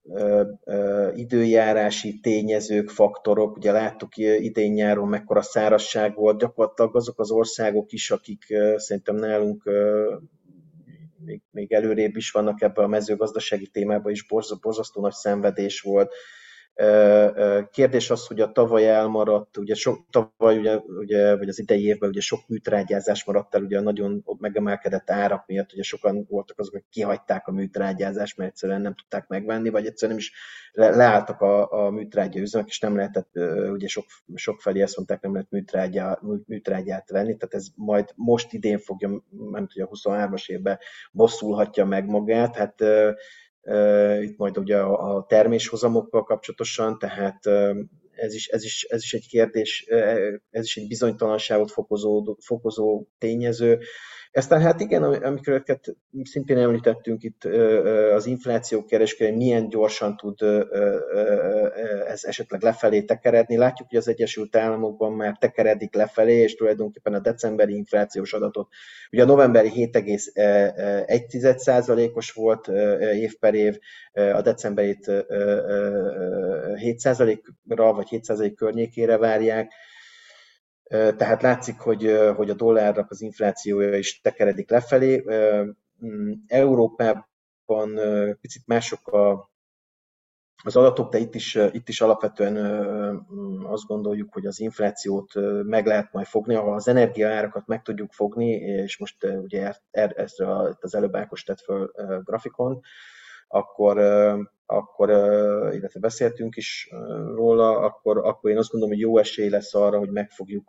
időjárási tényezők, faktorok. Ugye láttuk idén-nyáron mekkora szárazság volt, gyakorlatilag azok az országok is, akik szerintem nálunk még előrébb is vannak ebben a mezőgazdasági témában is, borzasztó nagy szenvedés volt. Kérdés az, hogy a tavaly elmaradt, ugye tavaly vagy az idei évben ugye sok műtrágyázás maradt el, ugye a nagyon megemelkedett árak miatt, ugye sokan voltak azok, akik kihagyták a műtrágyázást, mert egyszerűen nem tudták megvenni, vagy egyszerűen nem is leálltak a műtrágya üzemek, és nem lehetett, ugye sok felé ezt mondták, nem lehet műtrágyát venni, tehát ez majd most idén fogja, nem tudja, a 23-as évben bosszulhatja meg magát, hát itt majd ugye a terméshozamokkal kapcsolatosan, tehát ez is egy kérdés, ez is egy bizonytalanságot fokozó tényező. Aztán hát igen, amikor szintén említettünk itt, az infláció kereskedelem milyen gyorsan tud ez esetleg lefelé tekeredni. Látjuk, hogy az Egyesült Államokban már tekeredik lefelé, és tulajdonképpen a decemberi inflációs adatot, ugye a novemberi 7,1%-os volt év per év, a decemberit 7%-ra vagy 7% környékére várják. Tehát látszik, hogy a dollárnak az inflációja is tekeredik lefelé. Európában picit mások az adatok, de itt is alapvetően azt gondoljuk, hogy az inflációt meg lehet majd fogni, ha az energiaárakat meg tudjuk fogni, és most ugye ezt az előbb Ákos tett föl grafikon, akkor illetve beszéltünk is róla, akkor én azt gondolom, hogy jó esély lesz arra, hogy megfogjuk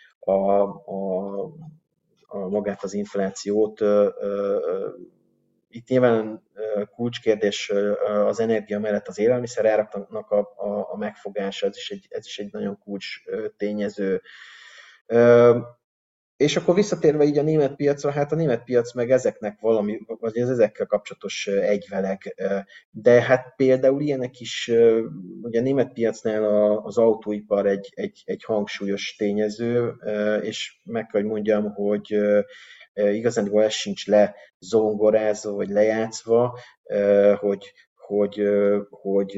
magát az inflációt. Itt nyilván kulcskérdés az energia mellett az élelmiszeráraknak a megfogása, ez is egy nagyon kulcs tényező. És akkor visszatérve így a német piacra, hát a német piac meg ezeknek valami, vagy az ezekkel kapcsolatos egyveleg. De hát például ilyenek is, ugye a német piacnál az autóipar egy hangsúlyos tényező, és meg kell, hogy mondjam, hogy igazándiból ez sincs lezongorázva, vagy lejátszva, hogy, hogy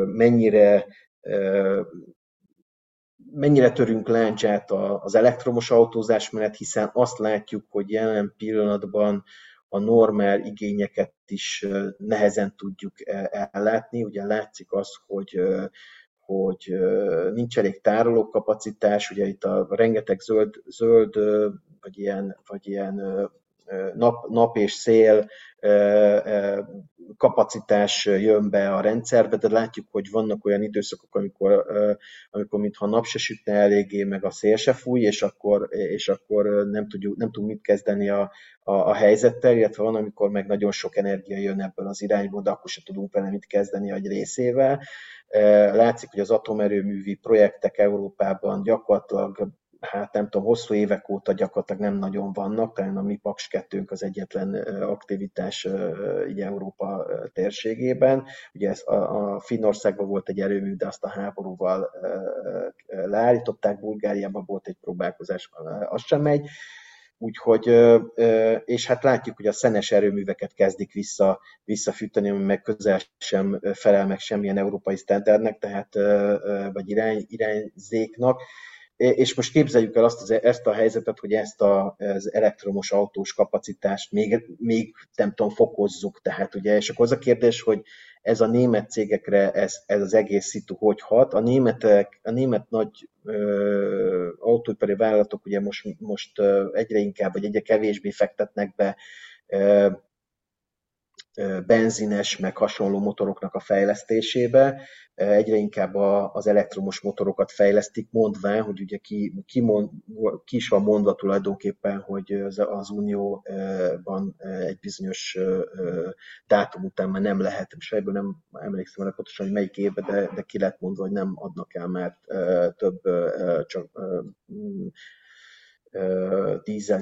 mennyire törünk láncsát az elektromos autózás mellett, hiszen azt látjuk, hogy jelen pillanatban a normál igényeket is nehezen tudjuk ellátni. Ugye látszik az, hogy nincs elég tárolókapacitás, ugye itt a rengeteg zöld vagy ilyen nap és szél kapacitás jön be a rendszerbe, de látjuk, hogy vannak olyan időszakok, amikor mintha a nap se sütne eléggé, meg a szél se fúj, és akkor nem tudunk mit kezdeni a helyzettel, illetve van, amikor meg nagyon sok energia jön ebből az irányból, de akkor se tudunk vele mit kezdeni egy részével. Látszik, hogy az atomerőművi projektek Európában gyakorlatilag, hát nem tudom, hosszú évek óta gyakorlatilag nem nagyon vannak, talán a mi Paks 2 az egyetlen aktivitás így Európa térségében. Ugye ez a Finnországban volt egy erőmű, de azt a háborúval leállították, Bulgáriában volt egy próbálkozás, az sem megy. Úgyhogy, és hát látjuk, hogy a szenes erőműveket kezdik visszafűteni, ami meg közel sem felel meg semmilyen európai sztenderdnek, tehát, vagy irányzéknak. És most képzeljük el ezt a helyzetet, hogy ezt az elektromos autós kapacitást még nem tudom, fokozzuk. Tehát ugye, és akkor az a kérdés, hogy ez a német cégekre, ez az egész szitu hogy hat. A német nagy autóipari vállalatok ugye most egyre inkább, vagy egyre kevésbé fektetnek be benzines, meg hasonló motoroknak a fejlesztésébe. Egyre inkább az elektromos motorokat fejlesztik, mondván, hogy ugye ki is van mondva tulajdonképpen, hogy az Unióban egy bizonyos dátum után már nem lehet, most ebből nem emlékszem el pontosan, hogy melyik évben, de ki lett mondva, hogy nem adnak el már több csak dízel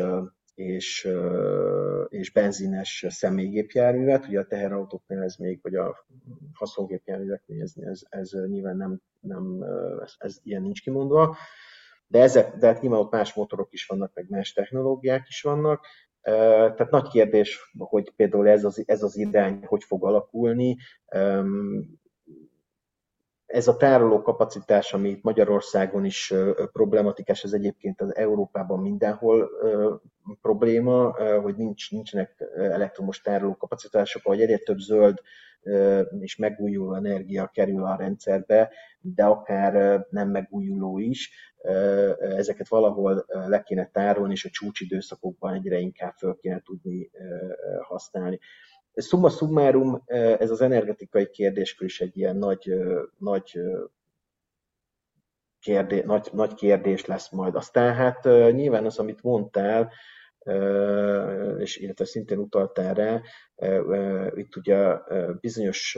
és benzines személygépjárművet. Ugye a teherautóknál ez még, vagy a haszongépjárműveknél ez nyilván ez ilyen nincs kimondva. De hát nyilván ott más motorok is vannak, meg más technológiák is vannak. Tehát nagy kérdés, hogy például ez az irány hogy fog alakulni. Ez a tároló kapacitás, ami itt Magyarországon is problematikus, ez egyébként az Európában mindenhol probléma, hogy nincsenek elektromos tároló kapacitások, ahogy egyre több zöld és megújuló energia kerül a rendszerbe, de akár nem megújuló is, ezeket valahol le kéne tárolni, és a csúcsidőszakokban egyre inkább föl kéne tudni használni. Summa summarum, ez az energetikai kérdéskör is egy ilyen nagy kérdés lesz majd. Aztán hát nyilván az, amit mondtál, és illetve szintén utaltál rá, itt ugye bizonyos,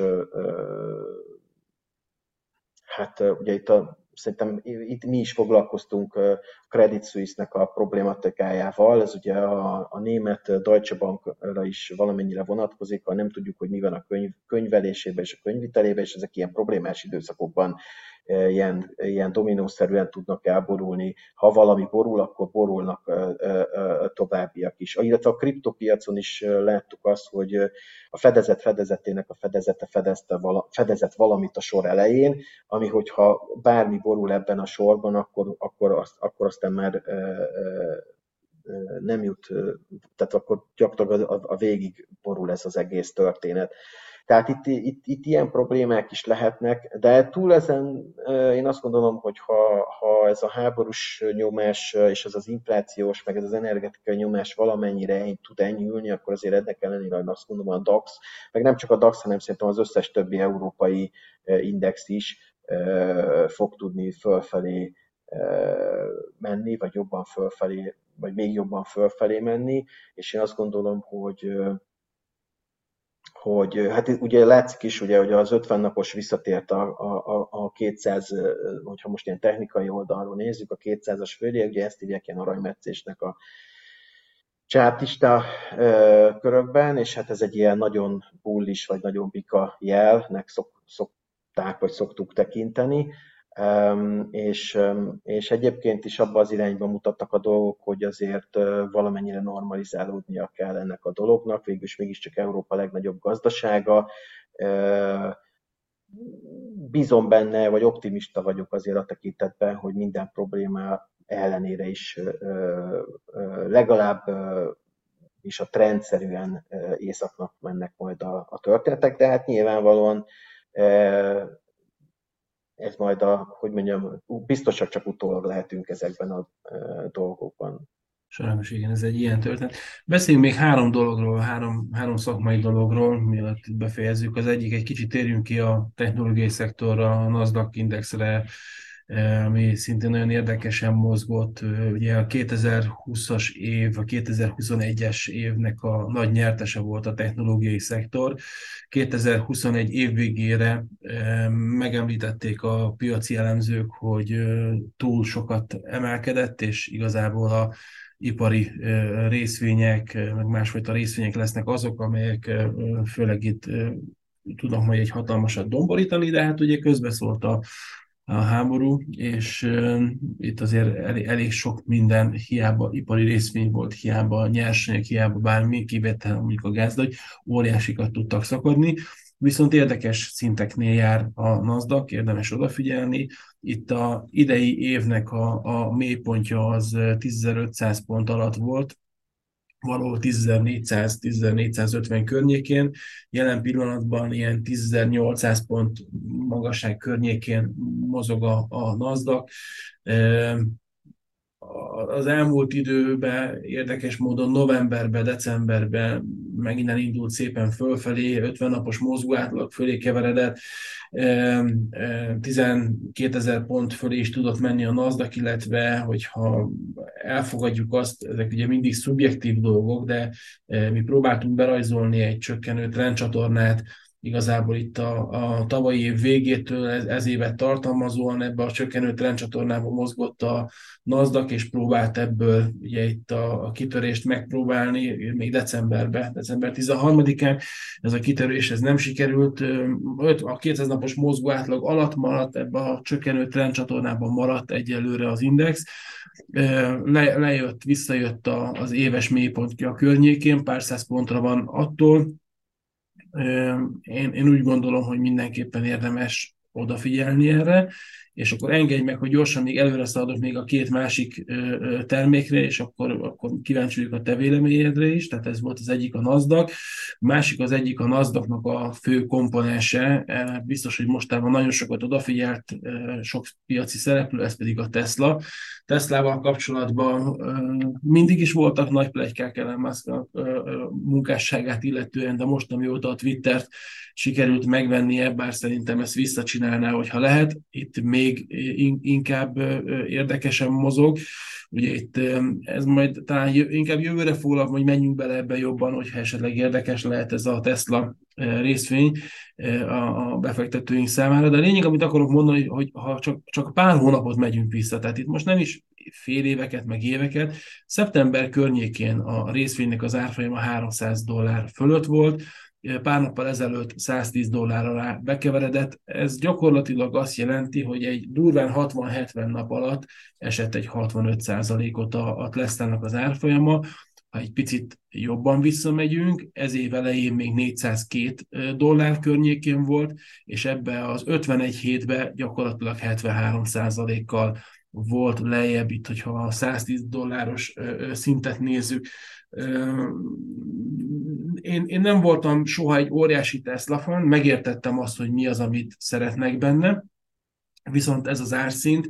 hát ugye szerintem itt mi is foglalkoztunk a Credit Suisse-nek a problématikájával, ez ugye a német Deutsche Bankra is valamennyire vonatkozik, ha nem tudjuk, hogy mi van a könyvelésében és a könyvvitelében, és ezek ilyen problémás időszakokban ilyen dominószerűen tudnak elborulni. Ha valami borul, akkor borulnak továbbiak is. Illetve a kriptopiacon is láttuk azt, hogy a fedezet fedezetének a fedezete fedezett valamit a sor elején, ami hogyha bármi borul ebben a sorban, akkor aztán már nem jut, tehát akkor gyakorlatilag a végig borul ez az egész történet. Tehát itt ilyen problémák is lehetnek, de túl ezen én azt gondolom, hogy ha ez a háborús nyomás és ez az inflációs, meg ez az energetikai nyomás valamennyire tud enyhülni, akkor azért ennek ellenére azt mondom, a DAX, meg nem csak a DAX, hanem szerintem az összes többi európai index is fog tudni fölfelé menni, vagy jobban fölfelé, vagy még jobban fölfelé menni, és én azt gondolom, hogy hát ugye látszik is, ugye, hogy az 50 napos visszatért a 200, hogyha most ilyen technikai oldalról nézzük, a 200-as fölé, ugye ezt hívják ilyen aranymetszésnek a csápista körökben, és hát ez egy ilyen nagyon bullish vagy nagyon bika jelnek szokták vagy szoktuk tekinteni. És egyébként is abba az irányba mutattak a dolgok, hogy azért valamennyire normalizálódnia kell ennek a dolognak, végülis mégiscsak Európa legnagyobb gazdasága. Bízom benne, vagy optimista vagyok azért a tekintetben, hogy minden probléma ellenére is legalább is a trendszerűen északnak mennek majd a történetek, de hát nyilvánvalóan ez majd hogy mondjam, biztosak csak utólag lehetünk ezekben a dolgokban. Sajnos igen, ez egy ilyen történet. Beszéljünk még három dologról, három szakmai dologról, mielőtt befejezzük. Az egyik, egy kicsit térjünk ki a technológiai szektorra, a Nasdaq indexre, ami szintén nagyon érdekesen mozgott. Ugye a 2020-as év, a 2021-es évnek a nagy nyertese volt a technológiai szektor. 2021 év végére megemlítették a piaci elemzők, hogy túl sokat emelkedett, és igazából a ipari részvények, meg másfajta részvények lesznek azok, amelyek főleg itt tudnak majd egy hatalmasat domborítani, de hát ugye közbeszólt a háború, és itt azért elég sok minden, hiába ipari részvény volt, hiába nyersanyag, hiába bármi, kivétel mondjuk a gáz, de hogy óriásikat tudtak szakadni. Viszont érdekes szinteknél jár a Nasdaq, érdemes odafigyelni. Itt a idei évnek a mélypontja az 10.500 pont alatt volt, valahol 10.400-10.450 környékén, jelen pillanatban ilyen 10.800 pont magasság környékén mozog a Nasdaq. Az elmúlt időben érdekes módon novemberben, decemberben megint elindult szépen fölfelé, 50 napos mozgóátlag fölé keveredett, 12.000 pont fölé is tudott menni a Nasdaq, illetve hogyha elfogadjuk azt, ezek ugye mindig szubjektív dolgok, de mi próbáltunk berajzolni egy csökkenő trendcsatornát, igazából itt a tavalyi év végétől ez évet tartalmazóan ebbe a csökkenő trendcsatornába mozgott a Nasdaq, és próbált ebből ugye itt a kitörést megpróbálni, még december 13-án. Ez a kitörés ez nem sikerült, a 200 napos mozgó átlag alatt maradt, ebbe a csökkenő trendcsatornában maradt egyelőre az index. Visszajött az éves mélypontja a környékén, pár száz pontra van attól. Én úgy gondolom, hogy mindenképpen érdemes odafigyelni erre, és akkor engedj meg, hogy gyorsan még előre szaladok még a két másik termékre, és akkor kíváncsi vagyok a te véleményedre is, tehát ez volt az egyik a Nasdaq, másik az egyik a Nasdaqnak a fő komponense, biztos, hogy mostában nagyon sokat odafigyelt sok piaci szereplő, ez pedig a Tesla. Teslával kapcsolatban mindig is voltak nagy pletykák Elon Musk munkásságát illetően, de most, amióta a Twittert sikerült megvennie, bár szerintem ezt visszacsinálná, hogyha lehet. Itt még inkább érdekesen mozog. Ugye itt ez majd talán inkább jövőre foglak, hogy menjünk bele ebbe jobban, hogyha esetleg érdekes lehet ez a Tesla részvény a befektetőink számára. De a lényeg, amit akarok mondani, hogy ha csak pár hónapot megyünk vissza, tehát itt most nem is fél éveket, meg éveket, szeptember környékén a részvénynek az árfolyama $300 fölött volt, pár nappal ezelőtt $110 alá bekeveredett. Ez gyakorlatilag azt jelenti, hogy egy durván 60-70 nap alatt esett egy 65%-ot a Teslának az árfolyama. Ha egy picit jobban visszamegyünk, ez év elején még $402 környékén volt, és ebbe az 51 hétben gyakorlatilag 73%-kal volt lejjebb, itt, hogyha a $110 szintet nézzük. Én nem voltam soha egy óriási Tesla fan, megértettem azt, hogy mi az, amit szeretnek benne, viszont ez az árszint,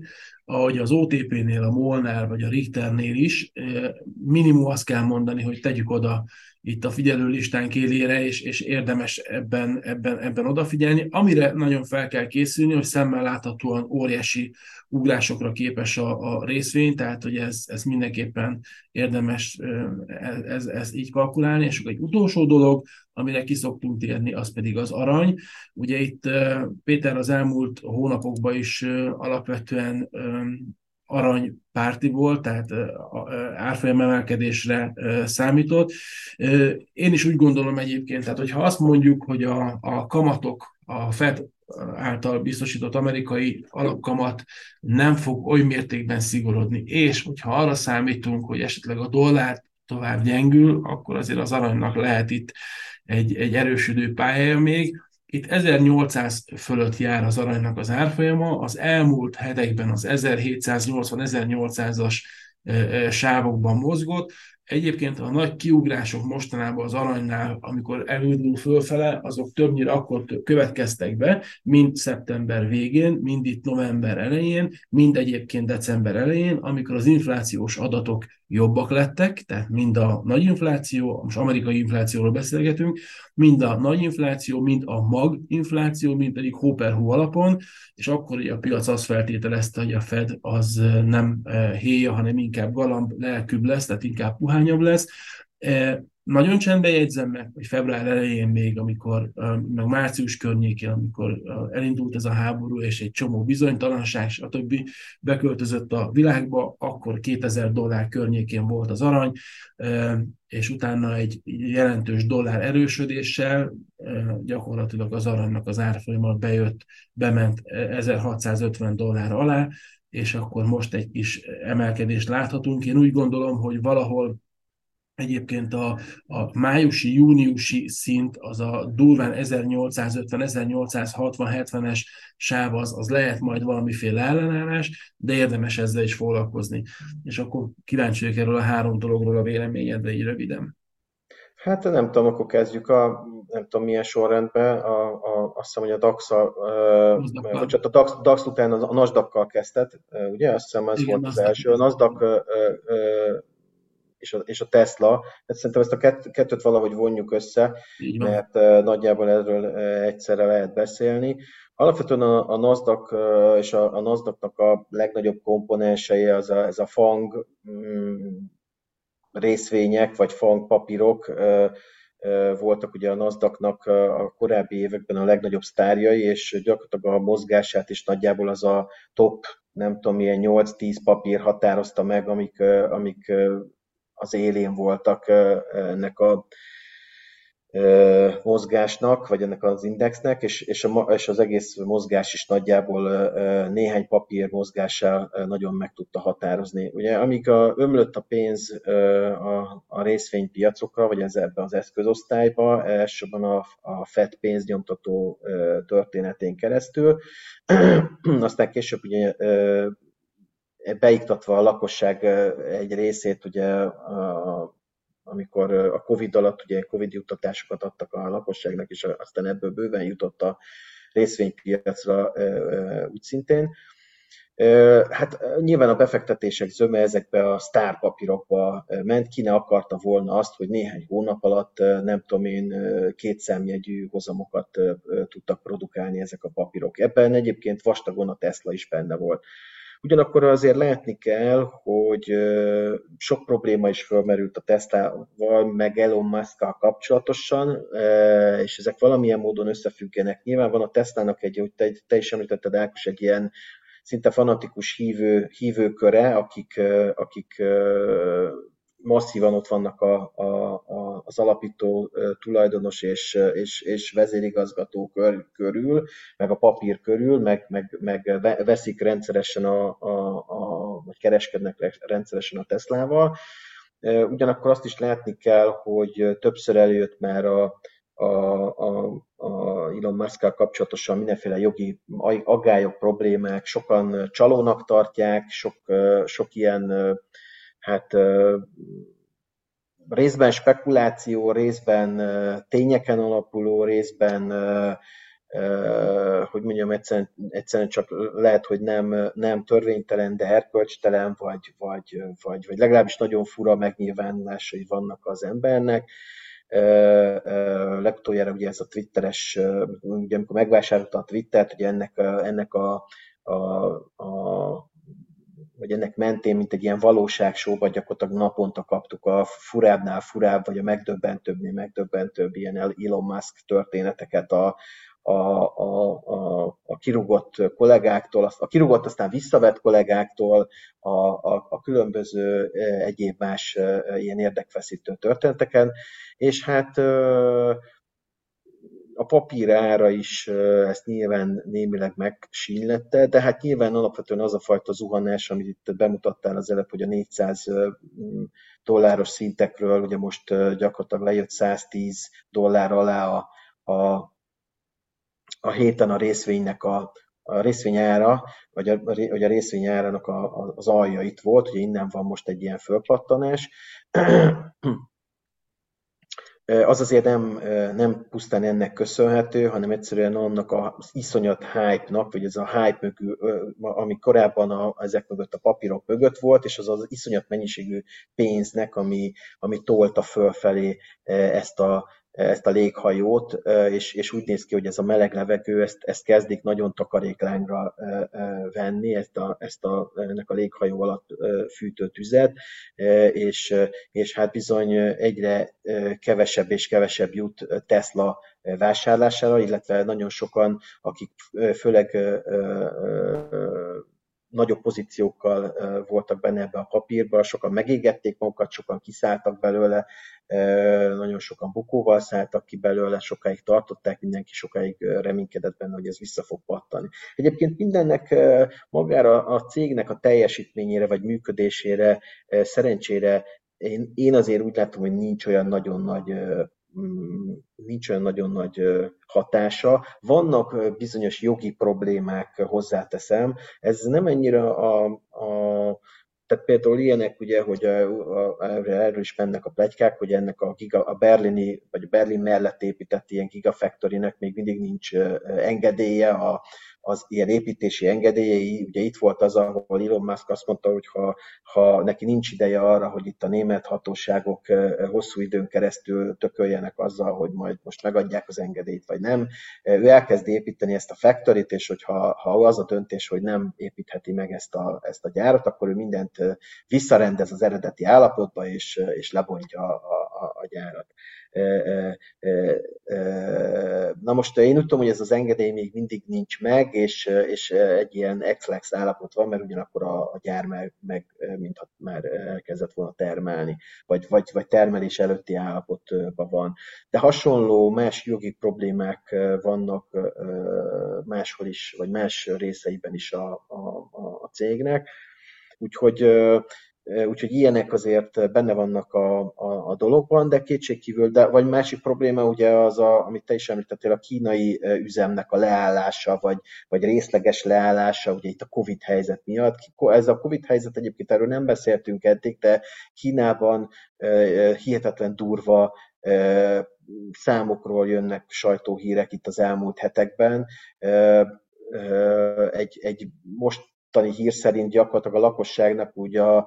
ahogy az OTP-nél, a MOL-nál vagy a Richternél is, minimum azt kell mondani, hogy tegyük oda itt a figyelő listánk élére, és érdemes ebben odafigyelni. Amire nagyon fel kell készülni, hogy szemmel láthatóan óriási ugrásokra képes a részvény, tehát hogy ez mindenképpen érdemes ez így kalkulálni. És egy utolsó dolog, amire ki szoktunk térni, az pedig az arany. Ugye itt Péter az elmúlt hónapokban is alapvetően aranypárti volt, tehát árfolyam emelkedésre számított. Én is úgy gondolom egyébként, tehát hogyha azt mondjuk, hogy a kamatok, a Fed által biztosított amerikai alapkamat nem fog oly mértékben szigorodni, és hogyha arra számítunk, hogy esetleg a dollár tovább gyengül, akkor azért az aranynak lehet itt egy erősödő pályája még. Itt 1800 fölött jár az aranynak az árfolyama, az elmúlt hetekben az 1780-1800-as sávokban mozgott. Egyébként a nagy kiugrások mostanában az aranynál, amikor elindul fölfele, azok többnyire akkor következtek be, mind szeptember végén, mind itt november elején, mind egyébként december elején, amikor az inflációs adatok jobbak lettek, tehát mind a nagy infláció, most amerikai inflációról beszélgetünk, mind a nagy infláció, mind a maginfláció, mind pedig hó per hó alapon, és akkor ugye a piac azt feltételezte, hogy a Fed az nem héja, hanem inkább galamb, lelkűbb lesz, tehát inkább puhányabb lesz. Nagyon csendben jegyzem meg, hogy február elején még, amikor, meg március környékén, amikor elindult ez a háború, és egy csomó bizonytalanság, stb. Beköltözött a világba, akkor $2000 környékén volt az arany, és utána egy jelentős dollár erősödéssel gyakorlatilag az aranynak az árfolyama bement $1650 alá, és akkor most egy kis emelkedést láthatunk. Én úgy gondolom, hogy valahol egyébként a májusi-júniusi szint, az a durván 1850-1860-70-es sáv, az lehet majd valamiféle ellenállás, de érdemes ezzel is foglalkozni. És akkor kíváncsi vagyok erről a három dologról a véleményedre így röviden. Hát nem tudom, akkor kezdjük nem tudom milyen sorrendben, azt hiszem, hogy a Aznakkal. bocsánat, a DAX után a Nasdaq-kal kezdted, ugye? Azt hiszem ez Igen, volt az aznap. első. A Nasdaq és a Tesla. Hát szerintem ezt a kettőt valahogy vonjuk össze, Így van. mert nagyjából erről egyszerre lehet beszélni. Alapvetően a Nasdaq és a Nasdaqnak a legnagyobb komponensei ez a FANG részvények, vagy FANG papírok voltak ugye a Nasdaqnak a korábbi években a legnagyobb sztárjai, és gyakorlatilag a mozgását is nagyjából az a top, nem tudom, milyen 8-10 papír határozta meg, amik az élén voltak ennek a mozgásnak, vagy ennek az indexnek, és az egész mozgás is nagyjából néhány papír mozgással nagyon meg tudta határozni. Ugye, amíg ömlött a pénz a részvénypiacokra, vagy ebbe az eszközosztályba, elsősorban a FED pénznyomtató történetén keresztül, aztán később ugye beiktatva a lakosság egy részét, ugye amikor a Covid alatt ugye Covid juttatásokat adtak a lakosságnak, és aztán ebből bőven jutott a részvénypiacra úgy szintén. Hát nyilván a befektetések zöme ezekbe a sztárpapírokba ment, ki ne akarta volna azt, hogy néhány hónap alatt, nem tudom én, kétszámjegyű hozamokat tudtak produkálni ezek a papírok. Ebben egyébként vastagon a Tesla is benne volt. Ugyanakkor azért látni kell, hogy sok probléma is fölmerült a Teslával, meg Elon Musk-kal kapcsolatosan, és ezek valamilyen módon összefüggenek. Nyilván van a Teslának hogy te is említetted, Ákos, egy ilyen szinte fanatikus hívőköre, akik masszívan ott vannak az alapító tulajdonos és vezérigazgató körül, meg a papír körül, meg veszik rendszeresen vagy kereskednek rendszeresen a Teslával. Ugyanakkor azt is látni kell, hogy többször eljött már a Elon Musk-kal kapcsolatosan mindenféle jogi aggályok, problémák, sokan csalónak tartják, sok ilyen hát részben spekuláció, részben tényeken alapuló, részben hogy mondjam, egyszerűen csak lehet, hogy nem törvénytelen, de erkölcstelen, vagy legalábbis nagyon fura megnyilvánulásai vannak az embernek. Legutoljára ugye ez a twitteres, ugye amikor megvásárolta a Twittert, ugye a, a vagy ennek mentén, mint egy ilyen valóságsóban gyakorlatilag naponta kaptuk a furábbnál furább, vagy a megdöbbentőbbnél megdöbbentőbb ilyen Elon Musk történeteket a kirúgott kollégáktól, a kirúgott aztán visszavett kollégáktól, a különböző egyéb más ilyen érdekfeszítő történeteken, és hát a papír ára is ezt nyilván némileg megsínylette, de hát nyilván alapvetően az a fajta zuhanás, amit itt bemutattál az előbb, hogy a 400 dolláros szintekről, ugye most gyakorlatilag lejött 110 dollár alá a héten a részvénynek a részvényára, vagy a részvényárának az alja itt volt, ugye innen van most egy ilyen fölpattanás. Az azért nem pusztán ennek köszönhető, hanem egyszerűen annak az iszonyat hype-nak, vagy ez a hype mögül, ami korábban ezek mögött a papírok mögött volt, és az iszonyat mennyiségű pénznek, ami tolta fölfelé ezt a léghajót, és úgy néz ki, hogy ez a meleg levegő, ezt kezdik nagyon takaréklángra venni, ennek a léghajó alatt fűtő tüzet, és hát bizony egyre kevesebb és kevesebb jut Tesla vásárlására, illetve nagyon sokan, akik főleg nagyobb pozíciókkal voltak benne ebbe a papírba, sokan megégették magukat, sokan kiszálltak belőle, nagyon sokan bukóval szálltak ki belőle, sokáig tartották, mindenki sokáig reménykedett benne, hogy ez vissza fog pattani. Egyébként mindennek magára a cégnek a teljesítményére vagy működésére szerencsére én azért úgy látom, hogy nincs olyan nagyon nagy hatása. Vannak bizonyos jogi problémák, hozzáteszem. Ez nem ennyire tehát például ilyenek, ugye, hogy erről is mennek a pletykák, hogy ennek a berlini, vagy a Berlin mellett épített ilyen Gigafactory-nek még mindig nincs engedélye, az ilyen építési engedélyei. Ugye itt volt az, ahol Elon Musk azt mondta, hogy ha neki nincs ideje arra, hogy itt a német hatóságok hosszú időn keresztül tököljenek azzal, hogy majd most megadják az engedélyt, vagy nem, ő elkezd építeni ezt a factoryt, és ha az a döntés, hogy nem építheti meg ezt a gyárat, akkor ő mindent visszarendez az eredeti állapotba, és lebontja a gyárat. Na most én úgy tudom, hogy ez az engedély még mindig nincs meg, és egy ilyen ex-lex állapot van, mert ugyanakkor a gyár mintha már elkezdett volna termelni, vagy termelés előtti állapotban van. De hasonló más jogi problémák vannak máshol is, vagy más részeiben is a cégnek. Úgyhogy ilyenek azért benne vannak a dologban, de kétségkívül, vagy másik probléma ugye az, amit te is említettél, a kínai üzemnek a leállása, vagy részleges leállása, ugye itt a Covid helyzet miatt. Ez a Covid helyzet egyébként erről nem beszéltünk eddig, de Kínában hihetetlen durva számokról jönnek sajtóhírek itt az elmúlt hetekben. Egy mostani hír szerint gyakorlatilag a lakosságnak úgy a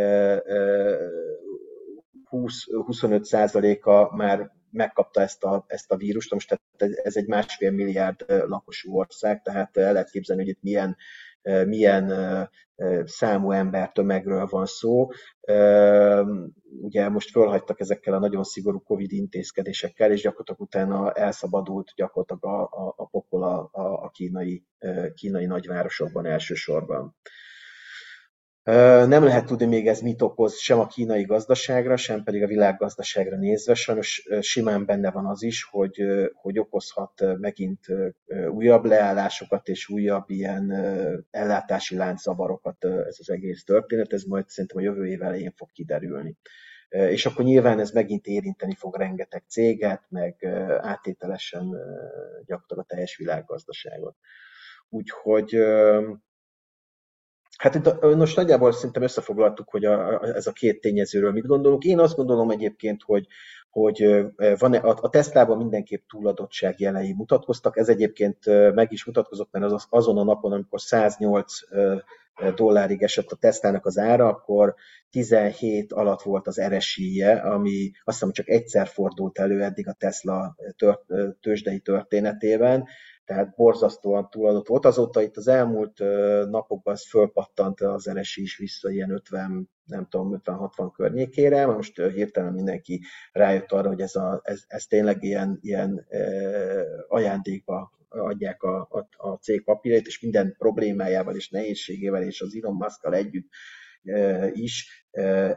20-25%-a már megkapta ezt a vírust, most tehát ez egy 1,5 milliárd lakosú ország, tehát el lehet képzelni, hogy itt milyen számú embertömegről van szó. Ugye most fölhagytak ezekkel a nagyon szigorú Covid intézkedésekkel, és gyakorlatilag utána elszabadult gyakorlatilag a pokol a kínai nagyvárosokban elsősorban. Nem lehet tudni még ez mit okoz sem a kínai gazdaságra, sem pedig a világgazdaságra nézve. Sajnos simán benne van az is, hogy okozhat megint újabb leállásokat és újabb ilyen ellátási lánczavarokat ez az egész történet. Ez majd szerintem a jövő év elején fog kiderülni. És akkor nyilván ez megint érinteni fog rengeteg céget, meg áttételesen gyakorlatilag a teljes világgazdaságot. Úgyhogy Hát itt most nagyjából szerintem összefoglaltuk, hogy ez a két tényezőről mit gondolunk. Én azt gondolom egyébként, hogy van a Teslában mindenképp túladottság jelei mutatkoztak. Ez egyébként meg is mutatkozott, mert azon a napon, amikor 108 dollárig esett a Teslának az ára, akkor 17 alatt volt az RSI-je, ami azt hiszem, csak egyszer fordult elő eddig a Tesla tőzsdei történetében, tehát borzasztóan túladott volt. Azóta itt az elmúlt napokban ez fölpattant az RSI is vissza ilyen 50, nem tudom, 50-60 környékére. Most hirtelen mindenki rájött arra, hogy ez tényleg ilyen ajándékba adják a cég papírjait, és minden problémájával és nehézségével, és az Elon Musk-kal együtt is,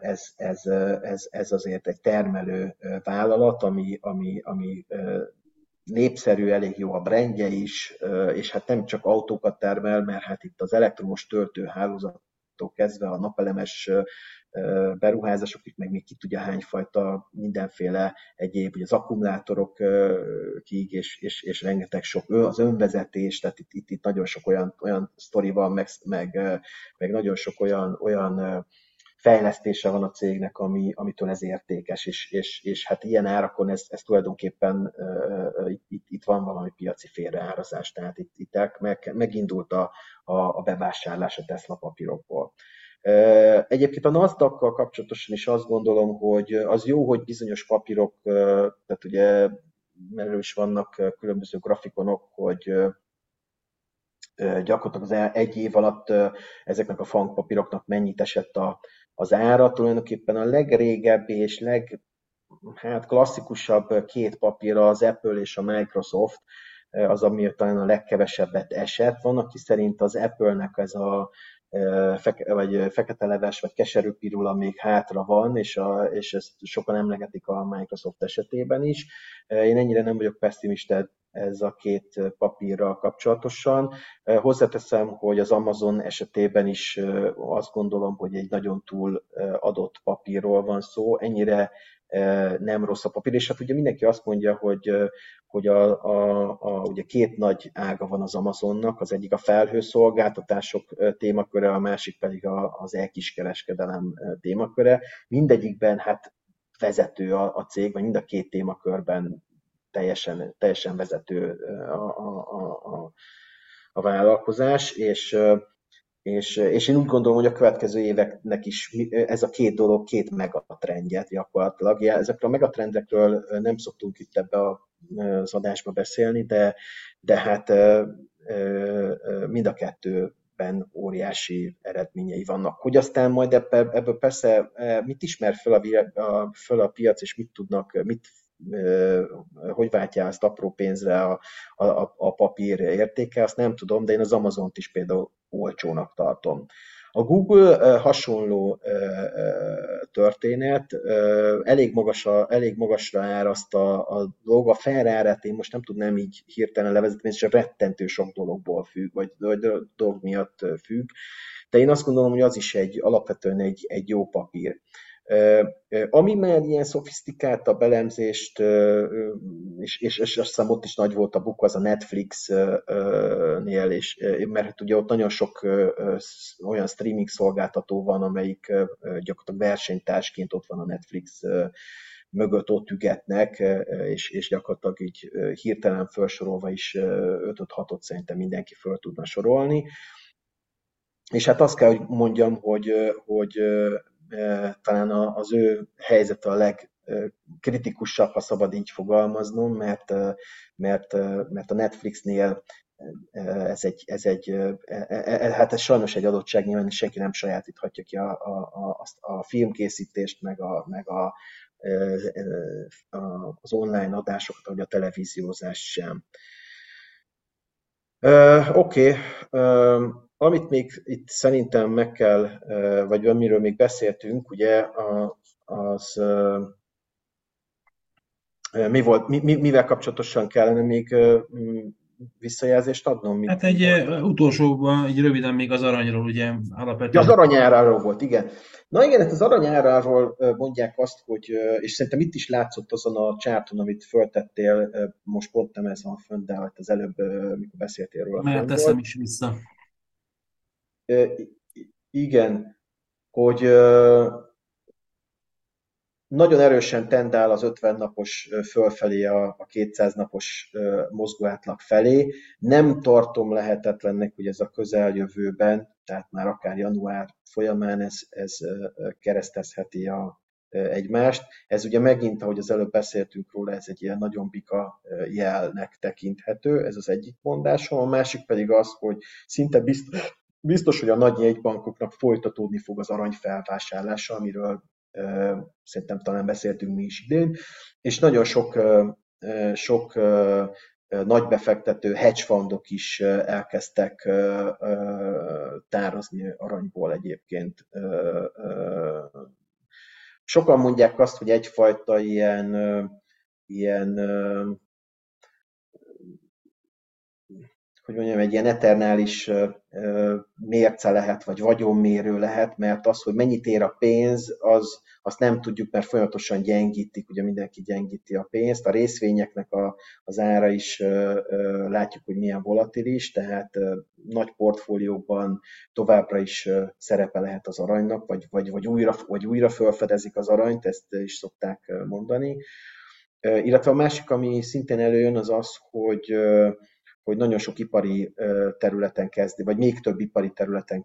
ez azért egy termelő vállalat, ami népszerű, elég jó a brandje is, és hát nem csak autókat termel, mert hát itt az elektromos töltőhálózattól kezdve a napelemes beruházásokig, meg még ki tudja hányfajta mindenféle egyéb, ugye az akkumulátorokig, és rengeteg sok az önvezetés, tehát itt nagyon sok olyan sztori van, meg nagyon sok olyan fejlesztése van a cégnek, amitől ez értékes, és hát ilyen árakon ez tulajdonképpen itt van valami piaci félreárazás, tehát itt megindult a bevásárlás a Tesla papírokból. Egyébként a NASDAQ-kal kapcsolatosan is azt gondolom, hogy az jó, hogy bizonyos papírok, tehát ugye erről is vannak különböző grafikonok, hogy gyakorlatilag az egy év alatt ezeknek a fangpapíroknak mennyit esett az ára. Tulajdonképpen a legrégebbi és hát klasszikusabb két papíra az Apple és a Microsoft, az, ami talán a legkevesebbet esett. Van, aki szerint az Apple-nek ez a vagy fekete leves, vagy keserű pirula még hátra van, és ezt sokan emlegetik a Microsoft esetében is. Én ennyire nem vagyok pessimista ez a két papírral kapcsolatosan. Hozzáteszem, hogy az Amazon esetében is azt gondolom, hogy egy nagyon túl adott papírról van szó, ennyire nem rossz a papír, és hát ugye mindenki azt mondja, hogy ugye két nagy ága van az Amazonnak, az egyik a felhőszolgáltatások témaköre, a másik pedig az e-kiskereskedelem témaköre. Mindegyikben hát vezető a cég, vagy mind a két témakörben teljesen vezető a vállalkozás, és én úgy gondolom, hogy a következő éveknek is ez a két dolog két megatrendjet gyakorlatilag. Ezekről a megatrendekről nem szoktunk itt ebbe az adásba beszélni, de hát mind a kettőben óriási eredményei vannak. Hogy aztán majd ebből persze mit ismer föl a piac, és hogy váltja ezt apró pénzre a papír értéke, azt nem tudom, de én az Amazont is például olcsónak tartom. A Google hasonló történet, elég magasra áraszt a dolog, a felrárat én most nem tudnám így hirtelen levezetni, és rettentő sok dologból függ, vagy dolog miatt függ, de én azt gondolom, hogy az is alapvetően egy jó papír. Ami már ilyen szofisztikáltabb elemzést, és azt hiszem ott is nagy volt a bukva, az a Netflix-nél, mert hát ugye ott nagyon sok olyan streaming szolgáltató van, amelyik gyakorlatilag versenytársként ott van a Netflix mögött, ott ügetnek, és gyakorlatilag így hirtelen felsorolva is 5-6-ot szerintem mindenki föl tudna sorolni. És hát azt kell, hogy mondjam, hogy talán az ő helyzete a legkritikusabb, ha szabad így fogalmaznom, mert a Netflixnél hát ez sajnos egy adottság, nyilván senki nem sajátíthatja ki a filmkészítést, meg az online adásokat, vagy a televíziózást sem. Oké. Amit még itt szerintem meg kell, vagy amiről még beszéltünk, ugye az mi volt, mivel kapcsolatosan kellene még visszajelzést adnom? Hát Mi egy volt? utolsóban, egy röviden még az aranyról, ugye Ja, az alapvetően. aranyáráról volt, igen. Na igen, hát az aranyáráról mondják azt, hogy, és szerintem itt is látszott azon a csárton, amit föltettél, most pont nem ez van fönn, de hát az előbb, mikor beszéltél róla, Már fönn teszem volt. is vissza. Igen, hogy nagyon erősen tendál az 50 napos fölfelé, a 200 napos mozgóátlag felé. Nem tartom lehetetlennek, hogy ez a közeljövőben, tehát már akár január folyamán ez keresztezheti egymást. Ez ugye megint, ahogy az előbb beszéltünk róla, ez egy ilyen nagyon bika jelnek tekinthető, ez az egyik mondásom. A másik pedig az, hogy szinte biztos, hogy a nagy jegybankoknak folytatódni fog az arany felvásárlása, amiről szerintem talán beszéltünk mi is idén, és nagyon sok nagy befektető, hedge fundok is elkezdtek tározni aranyból egyébként. Sokan mondják azt, hogy egyfajta ilyen hogy mondjam, egy ilyen eternális mérce lehet, vagy vagyonmérő lehet, mert az, hogy mennyit ér a pénz, azt nem tudjuk, mert folyamatosan gyengítik, ugye mindenki gyengíti a pénzt. A részvényeknek az ára is látjuk, hogy milyen volatilis, tehát nagy portfóliókban továbbra is szerepe lehet az aranynak, vagy újra felfedezik az aranyt, ezt is szokták mondani. Illetve a másik, ami szintén előjön, az az, hogy nagyon sok ipari területen kezdi, vagy még több ipari területen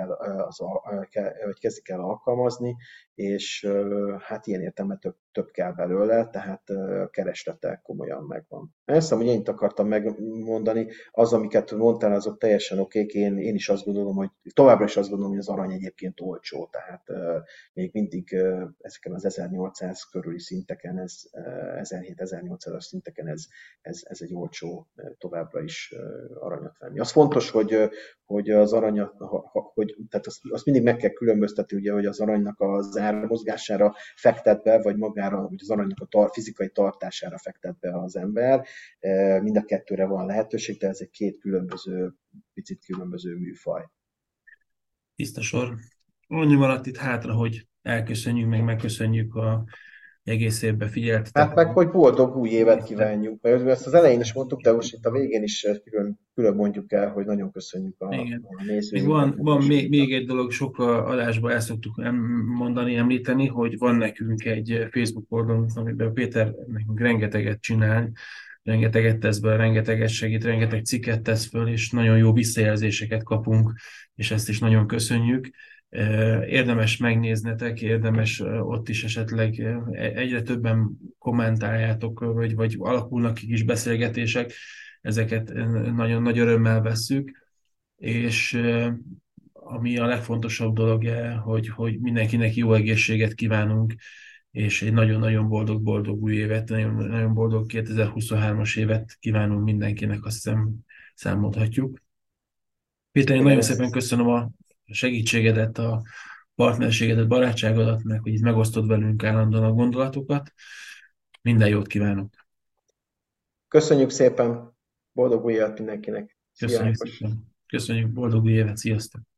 kezdik el alkalmazni, és hát ilyen értelemben több kell belőle, tehát a kereslete komolyan megvan. Ezt hiszem, hogy én itt akartam megmondani, az, amiket mondtál, azok teljesen okék, én is azt gondolom, hogy továbbra is azt gondolom, hogy az arany egyébként olcsó, tehát még mindig ezeken az 1800 körüli szinteken, 1700-1800-as szinteken ez egy olcsó továbbra is aranyat venni. Az fontos, hogy az aranyat, tehát azt mindig meg kell különböztetni, ugye, hogy az aranynak az ármozgására fektet be, vagy magára, vagy az aranynak a fizikai tartására fektet be az ember. Mind a kettőre van lehetőség, de ez egy két picit különböző műfaj. Tiszta sor. Annyi maradt itt hátra, hogy elköszönjük, meg megköszönjük a egész évben figyeltetek. Hát meg, hogy boldog új évet kívánjuk. Mert ezt az elején is mondtuk, de most itt a végén is külön mondjuk el, hogy nagyon köszönjük Igen. a Még nézőinknek, van még olvasóinknak. egy dolog, sok adásban el szoktuk mondani, említeni, hogy van nekünk egy Facebook oldalunk, amiben Péter nekünk rengeteget csinál, rengeteget tesz be, rengeteget segít, rengeteg cikket tesz föl, és nagyon jó visszajelzéseket kapunk, és ezt is nagyon köszönjük. Érdemes megnéznetek, érdemes ott is esetleg egyre többen kommentáljátok, vagy alakulnak ki kis beszélgetések, ezeket nagyon nagy örömmel vesszük, és ami a legfontosabb dolog, hogy mindenkinek jó egészséget kívánunk, és egy nagyon-nagyon boldog új évet, nagyon boldog 2023-as évet kívánunk mindenkinek, azt hiszem számolhatjuk. Péter, én Igen, nagyon szépen köszönöm a segítségedet, a partnerségedet, barátságodat, meg hogy itt megosztod velünk állandóan a gondolatokat. Minden jót kívánok! köszönjük szépen, boldog új évet mindenkinek. Szia, Köszönjük Ákos! szépen! Köszönjük, boldog új évet, sziasztok!